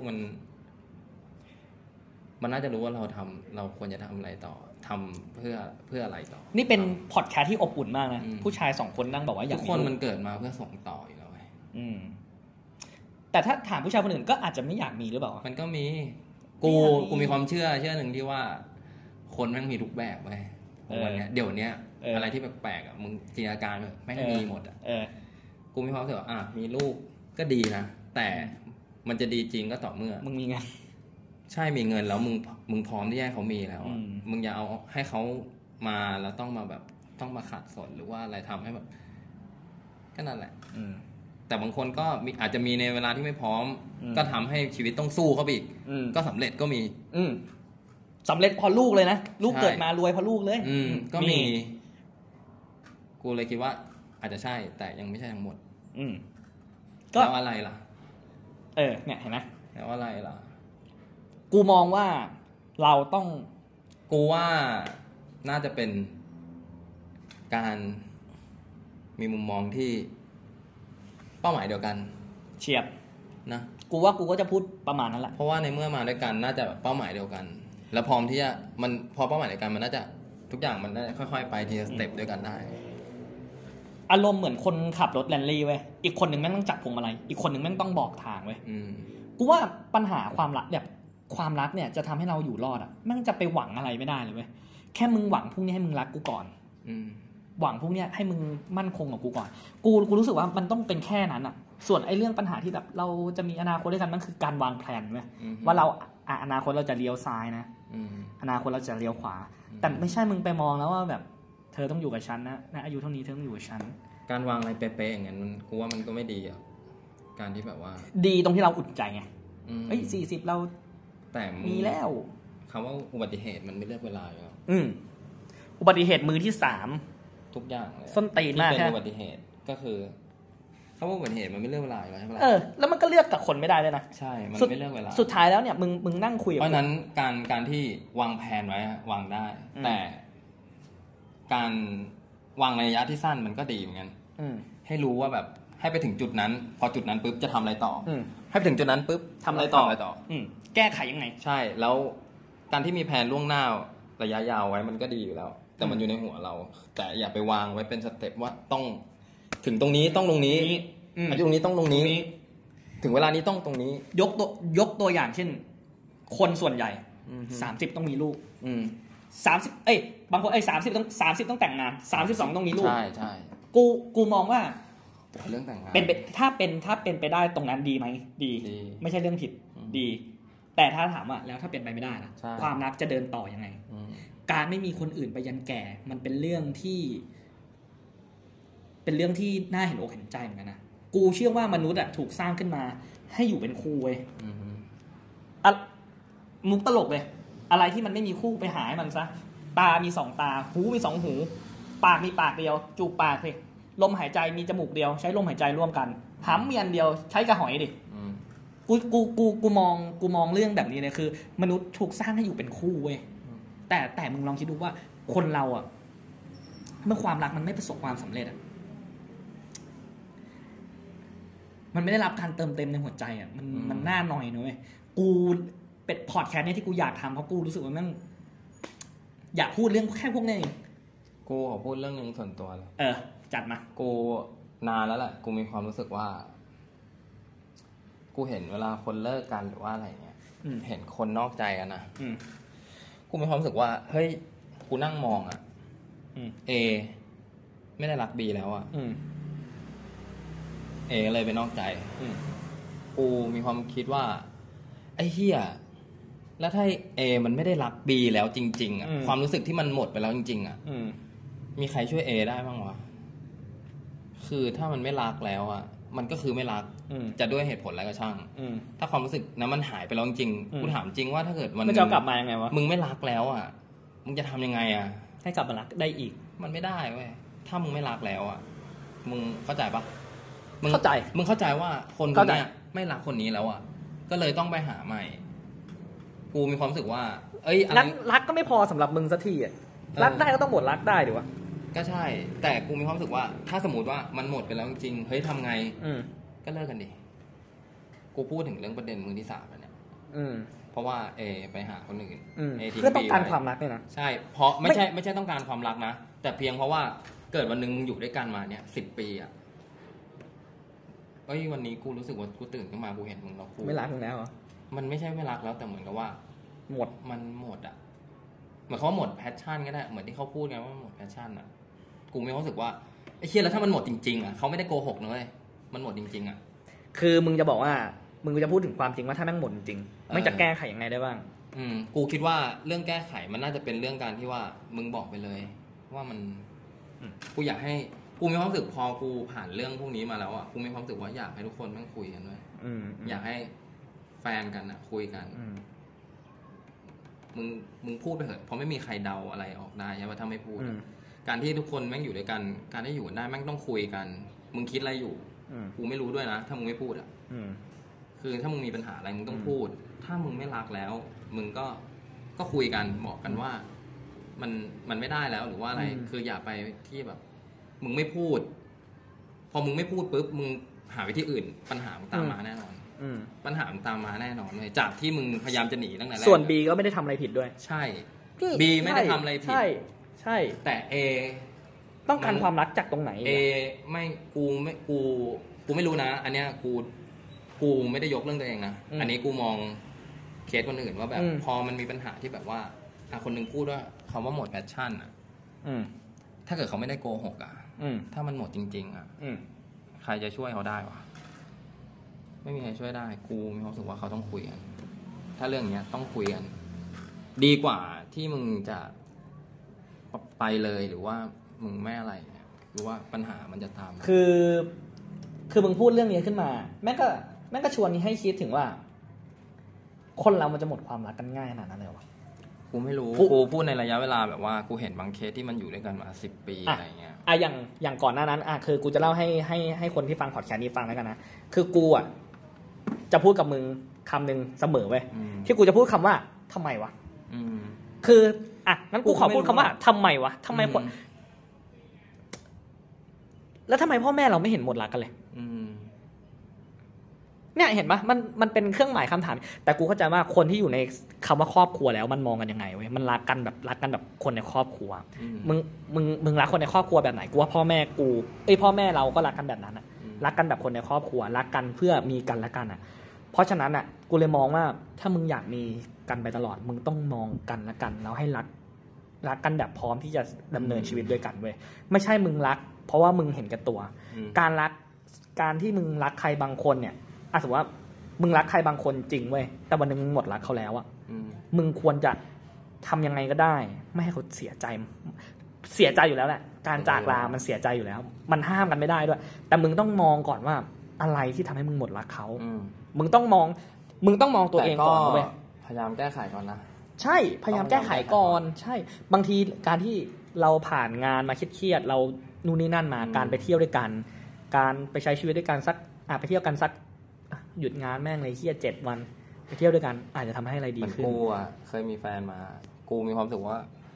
มันน่าจะรู้ว่าเราควรจะทำอะไรต่อทำเพื่ออะไรต่อนี่เป็นพอดแคสต์ที่อบอุ่นมากนะผู้ชาย2คนนั่งบอกว่าอยากมีทุกคนมันเกิดมาเพื่อส่งต่ออยู่แล้วแต่ถ้าถามผู้ชายคนอื่นก็อาจจะไม่อยากมีหรือเปล่ามันก็มีกูมีความเชื่อหนึ่งที่ว่าคนแม่งมีทุกแบบไปวันนี้เดี๋ยวนี้อะไรที่แปลกๆมึงจินตนาการแม่งมีหมดกูมีความรู้สึกว่ามีลูกก็ดีนะแต่มันจะดีจริงก็ต่อเมื่อมึงมีเงินใช่มีเงินแล้วมึงพร้อมที่จะให้เขามีแล้วมึงอย่าเอาให้เขามาแล้วต้องมาขาดสนหรือว่าอะไรทำให้แบบก็นั่นแหละแต่บางคนก็อาจจะมีในเวลาที่ไม่พร้อมก็ทำให้ชีวิตต้องสู้เขาอีกก็สำเร็จก็มีสำเร็จพอลูกเลยนะลูกเกิดมารวยพอลูกเลยก็มีกูเลยคิดว่าอาจจะใช่แต่ยังไม่ใช่ทั้งหมดก็แล้วอะไรล่ะเนี่ยเห็นไหมแล้วอะไรล่ะกูมองว่าเราต้องกูว่าน่าจะเป็นการมีมุมมองที่เป้าหมายเดียวกันเฉียบนะกูว่ากูก็จะพูดประมาณนั้นแหละเพราะว่าในเมื่อมาด้วยกันน่าจะเป้าหมายเดียวกันแล้วพร้อมที่จะมันพอเป้าหมายเดียวกันมันน่าจะทุกอย่างมันได้ค่อยๆไปทีละสเต็ปด้วยกันได้อารมณ์เหมือนคนขับรถแรลลี่เว้ยอีกคนหนึ่งแม่งต้องจับพวงมาลัยอีกคนหนึ่งแม่งต้องบอกทางเว้ยกูว่าปัญหาความรักแบบความรักเนี่ยจะทำให้เราอยู่รอดอ่ะแม่งจะไปหวังอะไรไม่ได้เลยเว้ยแค่มึงหวังพรุ่งนี้ให้มึงรักกูก่อนหวังพรุ่งนี้ให้มึงมั่นคงกับกูก่อนกูรู้สึกว่ามันต้องเป็นแค่นั้นอ่ะส่วนไอ้เรื่องปัญหาที่แบบเราจะมีอนาคตด้วยกันมันคือการวางแผนเว้ยว่าเราอนาคตเราจะเลี้ยวซ้ายนะอนาคตเราจะเลี้ยวขวาแต่ไม่ใช่มึงไปมองแล้วว่าแบบเธอต้องอยู่กับฉันนะอายุเท่านี้เธอต้องอยู่กับฉันการวางอะไรเป๊ะๆอย่างนั้นกูว่ามันก็ไม่ดีอ่ะการที่แบบว่าดีตรงที่เราอุ่นใจไง40เราแต่มีแล้วคำว่าอุบัติเหตุมันไม่เลือกเวลาอยู่แล้วอุบัติเหตุมือที่3 ทุกอย่างเลยส้นตีนมากเป็นอุบัติเหตุก็คือคำว่าอุบัติเหตุมันไม่เลือกเวลาอยู่แล้วใช่ไหมแล้วมันก็เลือกกับคนไม่ได้เลยนะใช่มันไม่เลือกเวลาสุดท้ายแล้วเนี่ยมึงนั่งคุยเพราะนั้นการที่วางแผนไว้วางได้แต่การวางระยะที่สั้นมันก็ดีเหมือนกันให้รู้ว่าแบบให้ไปถึงจุดนั้นพอจุดนั้นปุ๊บจะทำอะไรต่อให้ไปถึงจุดนั้นปุ๊บทำอะไรต่อแก้ไขยังไงใช่แล้วการที่มีแผนล่วงหน้าระยะยาวไว้มันก็ดีอยู่แล้วแต่มันอยู่ในหัวเราแต่อย่าไปวางไว้เป็นสเต็ปว่าต้องถึงตรงนี้ต้องตรงนี้อายุตรงนี้ต้องตรงนี้ถึงเวลานี้ต้องตรงนี้ยกตัวอย่างเช่นคนส่วนใหญ่30ต้องมีลูก30บางคน30ต้องแต่งงาน32ต้องมีลูกใช่กูมองว่าเรื่องแต่งงานถ้าเป็นไปได้ตรงนั้นดีไหมดีไม่ใช่เรื่องผิดดีแต่ถ้าถามว่าแล้วถ้าเป็นไปไม่ได้ล่ะความรักจะเดินต่อยังไงการไม่มีคนอื่นไปยันแก่มันเป็นเรื่องที่น่าเห็นอกเห็นใจเหมือนกันนะกูเชื่อว่ามนุษย์ถูกสร้างขึ้นมาให้อยู่เป็นคู่เว้ยมุกตลกเลยอะไรที่มันไม่มีคู่ไปหาให้มันซะตามี2ตาหูมี2หูปากมีปากเดียวจูบปากเลยลมหายใจมีจมูกเดียวใช้ลมหายใจร่วมกันหำมีอันเดียวใช้กระหอยดิกูมองเรื่องแบบนี้เลยคือมนุษย์ถูกสร้างให้อยู่เป็นคู่เว้ยแต่มึงลองคิดดูว่าคนเราอ่ะเมื่อความรักมันไม่ประสบความสำเร็จอ่ะมันไม่ได้รับการเติมเต็มในหัวใจอ่ะมันน่าหน่อยนะเว้ยกูเป็นพอดแคสต์เนี่ยที่กูอยากทำเพราะกูรู้สึกว่ามันอยากพูดเรื่องแค่พวกนี้กูขอพูดเรื่องนึงส่วนตัวเลยจัดมากูนานแล้วแหละกูมีความรู้สึกว่ากูเห็นเวลาคนเลิกกันหรือว่าอะไรเงี้ยเห็นคนนอกใจกันนะกูมีความรู้สึกว่าเฮ้ยกูนั่งมองอ่ะA ไม่ได้รัก B แล้วอ่ะA เลยไปนอกใจกูมีความคิดว่าไอ้เหี้ยแล้วถ้า A มันไม่ได้รัก B แล้วจริงๆอ่ะความรู้สึกที่มันหมดไปแล้วจริงๆอ่ะมีใครช่วย A ได้บ้างวะคือถ้ามันไม่รักแล้วอ่ะมันก็คือไม่รักจะด้วยเหตุผลอะไรก็ช่างถ้าความรู้สึกนั้นมันหายไปแล้วจริงกูถามจริงว่าถ้าเกิดมันจะกลับมายังไงวะมึงไม่รักแล้วอ่ะมึงจะทำยังไงอ่ะให้กลับมารักได้อีกมันไม่ได้เว้ยถ้ามึงไม่รักแล้วอ่ะมึงเข้าใจปะเข้าใจมึงเข้าใจว่าคนคนนี้ไม่รักคนนี้แล้วอ่ะก็เลยต้องไปหาใหม่กูมีความรู้สึกว่ารักก็ไม่พอสำหรับมึงสักทีอ่ะรักได้ก็ต้องหมดรักได้ดิวะก็ใช่แต่กูมีความรู้สึกว่าถ้าสมมติว่ามันหมดไปแล้วจริงเฮ้ยทำไงก็เลิกกันดิกูพูดถึงเรื่องประเด็นมือที่3เนี่ยเพราะว่าไปหาคนอื่นเพื่อต้องการความรักเนี่ยนะใช่เพราะไม่ใช่ต้องการความรักนะแต่เพียงเพราะว่าเกิดวันนึงมึงอยู่ด้วยกันมาเนี่ย10 ปีอ่ะวันนี้กูรู้สึกว่ากูตื่นขึ้นมากูเห็นมึงแล้วกูไม่รักมึงแล้วเหรอมันไม่ใช่ไม่รักแล้วแต่เหมือนกับว่ามันหมดอ่ะเหมือนเขาหมดแพชชั่นก็ได้เหมือนที่เขาพูดไงว่าหมดแพชชั่นอ่ะกูไม่รู้สึกว่าไอ้เชี่ยแล้วถ้ามันหมดจริงๆอ่ะเขาไม่ได้โกหกนะเว้ยมันหมดจริงๆอ่ะคือมึงจะบอกว่ามึงจะพูดถึงความจริงว่าถ้าแม่งหมดจริงมันจะแก้ไขยังไงได้บ้างกูคิดว่าเรื่องแก้ไขมันน่าจะเป็นเรื่องการที่ว่ามึงบอกไปเลยว่ามันกูอยากให้กูมีความรู้สึกพอกูผ่านเรื่องพวกนี้มาแล้วอ่ะกูมีความรู้สึกว่าอยากให้ทุกคนแม่งคุยกันด้วยอยากให้แฟนกันอ่ะคุยกันมึงพูดไปเถอะเพราะไม่มีใครเดาอะไรออกได้ใช่ป่ะถ้าไม่พูดการที่ทุกคนแม่งอยู่ด้วยกันการได้อยู่ได้แม่งต้องคุยกันมึงคิดอะไรอยู่กูไม่รู้ด้วยนะถ้ามึงไม่พูดอ่ะคือถ้ามึงมีปัญหาอะไรมึงต้องพูดถ้ามึงไม่รักแล้วมึงก็คุยกันบอกกันว่ามันไม่ได้แล้วหรือว่าอะไรคืออย่าไปที่แบบมึงไม่พูดพอมึงไม่พูดปุ๊บมึงหาวิธีอื่นปัญหามันตามมาแน่นอนปัญหามันตามมาแน่นอนเลยจากที่มึงพยายามจะหนีตั้งแต่แรกส่วน B ก็ไม่ได้ทำอะไรผิดด้วยใช่ B ไม่ได้ทำอะไรผิดใช่แต่ A ต้องการความรักจากตรงไหน A ไม่กูไม่รู้นะอันเนี้ยกูไม่ได้ยกเรื่องตัวเองนะอันนี้กูมองเคสคนอื่นว่าแบบพอมันมีปัญหาที่แบบว่าคนนึงพูดว่าคำว่าหมดแพชชั่นถ้าเกิดเขาไม่ได้โกหกถ้ามันหมดจริงๆใครจะช่วยเขาได้วะไม่มีใครช่วยได้กูมีความรู้สึกว่าเขาต้องคุยกันถ้าเรื่องเนี้ยต้องคุยกันดีกว่าที่มึงจะไปเลยหรือว่ามึงไม่อะไรหรือว่าปัญหามันจะตามคือมึงพูดเรื่องนี้ขึ้นมาแม่ก็ชวนให้คิดถึงว่าคนเรามันจะหมดความรักกันง่ายขนาดนั้นเลยวะกูไม่รู้กูพูดในระยะเวลาแบบว่ากูเห็นบางเคสที่มันอยู่ด้วยกันมา10 ปีอะไรเงี้ยอย่างก่อนหน้านั้นคือกูจะเล่าให้คนที่ฟังพอดแคสต์นี้ฟังแล้วกันนะคือกูจะพูดกับมึงคำนึงเสมอเว้ยที่กูจะพูดคำว่าทำไมวะคืองั้นกูขอพูดคำว่าทำไมวะทำไมคนแล้วทำไมพ่อแม่เราไม่เห็นหมดรักกันเลยเนี่ยเห็นปะมันเป็นเครื่องหมายคำถามแต่กูเข้าใจว่าคนที่อยู่ในคำว่าครอบครัวแล้วมันมองกันยังไงเว้ยมันรักกันแบบคนในครอบครัวมึงรักคนในครอบครัวแบบไหนกูว่าพ่อแม่พ่อแม่เราก็รักกันแบบนั้นรักกันแบบคนในครอบครัวรักกันเพื่อมีกันและกันเพราะฉะนั้นกูเลยมองว่าถ้ามึงอยากมีกันไปตลอดมึงต้องมองกันและกันแล้วให้รักกันแบบพร้อมที่จะดำเนินชีวิตด้วยกันเว้ยไม่ใช่มึงรักเพราะว่ามึงเห็นแก่ตัวการที่มึงรักใครบางคนเนี่ยสมมติว่ามึงรักใครบางคนจริงเว้ยแต่วันนึงมึงหมดรักเขาแล้วมึงควรจะทำยังไงก็ได้ไม่ให้เขาเสียใจอยู่แล้วแหละการจากลามันเสียใจอยู่แล้วมันห้ามกันไม่ได้ด้วยแต่มึงต้องมองก่อนว่าอะไรที่ทำให้มึงหมดรักเขามึงต้องมองตัวเองก่อนเว้ยพยายามแก้ไขก่อนนะใช่พยายามแก้ไขก่อนใช่บางทีการที่เราผ่านงานมาเครียดเรานู่นนี่นั่นมาการไปเที่ยวด้วยกันการไปใช้ชีวิตด้วยกันสักไปเที่ยวกันสักหยุดงานแม่งเลยเครียด7 วันไปเที่ยวด้วยกันอาจจะทำให้อะไรดีขึ้นกูเคยมีแฟนมากูมีความรู้สึกว่า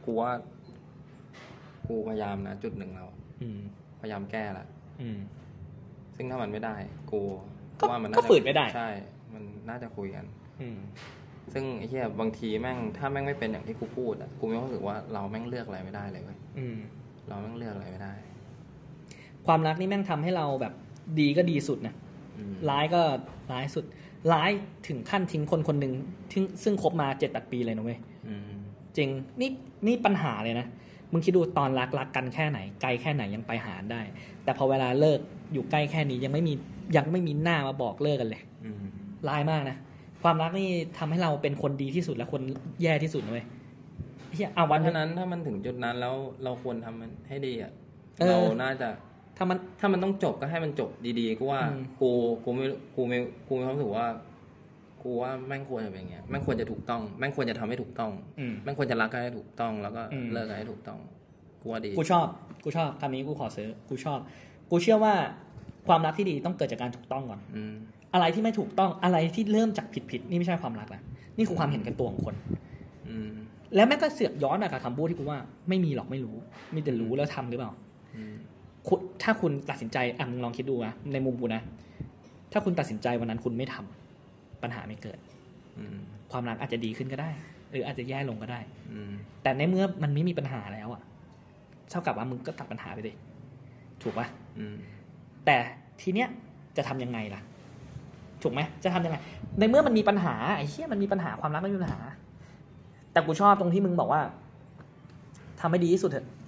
กูพยายามนะจุดหนึ่งแล้วพยายามแก้ละซึ่งถ้ามันไม่ได้กูว่ามันก็ฝืนไม่ได้ใช่มันน่าจะคุยกันซึ่งไอ้เหี้ยบางทีแม่งถ้าแม่งไม่เป็นอย่างที่กูพูดกูมีความรู้สึกว่าเราแม่งเลือกอะไรไม่ได้เลยเว้ยเราแม่งเลือกอะไรไม่ได้ความรักนี่แม่งทำให้เราแบบดีก็ดีสุดนะร้ายก็ร้ายสุดร้ายถึงขั้นทิ้งคนหนึ่งซึ่งคบมา7-8 ปีเลยนะเว้ยจริงนี่ปัญหาเลยนะมึงคิดดูตอนรักกันแค่ไหนไกลแค่ไหนยังไปหาได้แต่พอเวลาเลิกอยู่ใกล้แค่นี้ยังไม่มีหน้ามาบอกเลิกกันเลยร้ายมากนะความรักนี่ทำให้เราเป็นคนดีที่สุดและคนแย่ที่สุดเลยวันนั้นถ้ามันถึงจุดนั้นแล้วเราควรทำมันให้ดีเราน่าจะถ้ามันต้องจบก็ให้มันจบดีๆกูว่ากูมีความรู้สึกว่ากูว่าแม่งควรจะเป็นอย่างเงี้ยแม่งควรจะถูกต้องแม่งควรจะทำให้ถูกต้องแม่งควรจะรักกันให้ถูกต้องแล้วก็เลิกกันให้ถูกต้องกูว่าดีกูชอบคำนี้กูขอซื้อกูชอบกูเชื่อว่าความรักที่ดีต้องเกิดจากการถูกต้องก่อนอะไรที่ไม่ถูกต้องอะไรที่เริ่มจากผิดนี่ไม่ใช่ความรักละนี่คือความเห็นแก่ตัวของคนแล้วแม่งก็เสือกย้อนกับคำพูดที่กูว่าไม่มีหรอกไม่รู้มีแต่รู้แล้วทำหรือเปล่าถ้าคุณตัดสินใจมึงลองคิดดูนะในมุมกูนะถ้าคุณตัดสินใจวันนั้นคุณไม่ทำปัญหาไม่เกิดความรักอาจจะดีขึ้นก็ได้หรืออาจจะแย่ลงก็ได้แต่ในเมื่อมันไม่มีปัญหาแล้วเท่ากับว่ามึงก็ตัดปัญหาไปเลยถูกป่ะแต่ทีเนี้ยจะทำยังไงล่ะถูกไหมจะทำยังไงในเมื่อมันมีปัญหาไอ้เหี้ยมันมีปัญหาความรักไม่มีปัญหาแต่กูชอบตรงที่มึงบอกว่าทำให้ดีที่สุดเถอะ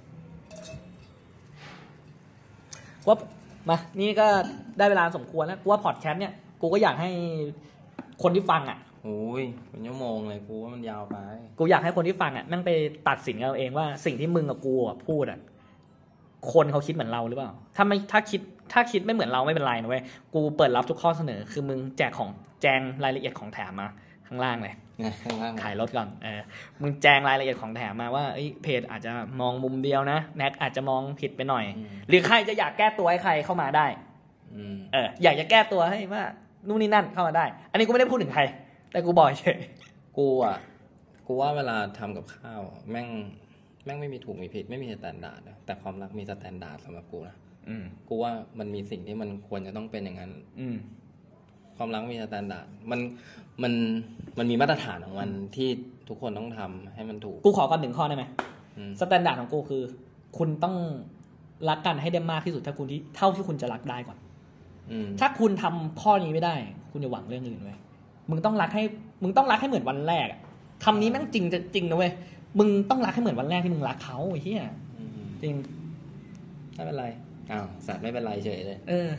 ว่ามานี่ก็ได้เวลาสมควรแล้วกูว่าพอดแคสต์เนี่ยกูก็อยากให้คนที่ฟังโอ้ยเป็นชั่วโมงเลยกูว่ามันยาวไปกูอยากให้คนที่ฟังนั่งไปตัดสินกันเอาเองว่าสิ่งที่มึงกับกูพูดคนเขาคิดเหมือนเราหรือเปล่าถ้าคิดไม่เหมือนเราไม่เป็นไรนะเว้ยกูเปิดรับทุกข้อเสนอคือมึงแจงรายละเอียดของแถมมาข้างล่างเลยขายรถก่อนมึงแจงรายละเอียดของแถมมาว่าเพจอาจจะมองมุมเดียวนะแน็กอาจจะมองผิดไปหน่อยหรือใครจะอยากแก้ตัวให้ใครเข้ามาได้อยากจะแก้ตัวให้ว่านู่นนี่นั่นเข้ามาได้อันนี้กูไม่ได้พูดถึงใครแต่กูบอกเฉยกูว่าเวลาทำกับข้าวแม่งแม่งไม่มีถูกมีผิดไม่มีสแตนดาร์ดแต่ความรักมีสแตนดาร์ดสำหรับกูนะกูว่ามันมีสิ่งที่มันควรจะต้องเป็นอย่างนั้นความรักมีสแตนดาร์ดมันมีมาตรฐานของมันที่ทุกคนต้องทำให้มันถูกกูขอก่อน1ข้อได้ไหมสแตนดาร์ดของกูคือคุณต้องรักกันให้ได้มากที่สุดเท่าที่คุณจะรักได้ก่อนถ้าคุณทำข้อนี้ไม่ได้คุณจะหวังเรื่องอื่นไว้มึงต้องรักให้เหมือนวันแรกคำนี้แม่งจริงนะเว้ยมึงต้องรักให้เหมือนวันแรกที่มึงรักเขาไอ้เหี้ยจริงไม่เป็นไรสัตว์ไม่เป็นไรเฉยเลย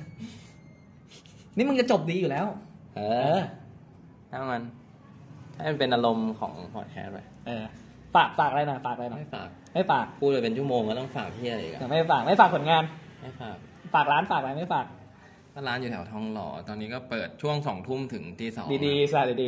นี่มึงจะจบดีอยู่แล้วถ้าให้มันเป็นอารมณ์ของพอดแคสต์ไปฝากอะไรหน่อยไม่ฝากพูดเลยเป็นชั่วโมงก็ต้องฝากที่อะไรอีกไม่ฝากผลงานไม่ฝากร้านฝากอะไรไม่ฝากก็ร้านอยู่แถวทองหล่อตอนนี้ก็เปิดช่วง 20:00 นถึง 2:00 ดีๆซะดี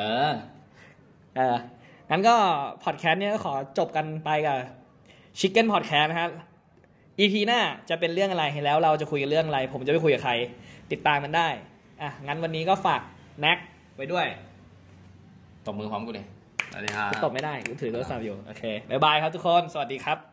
งั้นก็พอดแคสต์เนี้ยก็ขอจบกันไปกับ Chicken Podcast นะครับ EP หน้าจะเป็นเรื่องอะไรแล้วเราจะคุยกันเรื่องอะไรผมจะไปคุยกับใครติดตามมันได้งั้นวันนี้ก็ฝากแน็กไว้ด้วยตบมือพร้อมกูเลยสวัสดีครับตบไม่ได้กูถือโทรศัพท์อยู่โอเคบ๊ายบายครับทุกคนสวัสดีครับ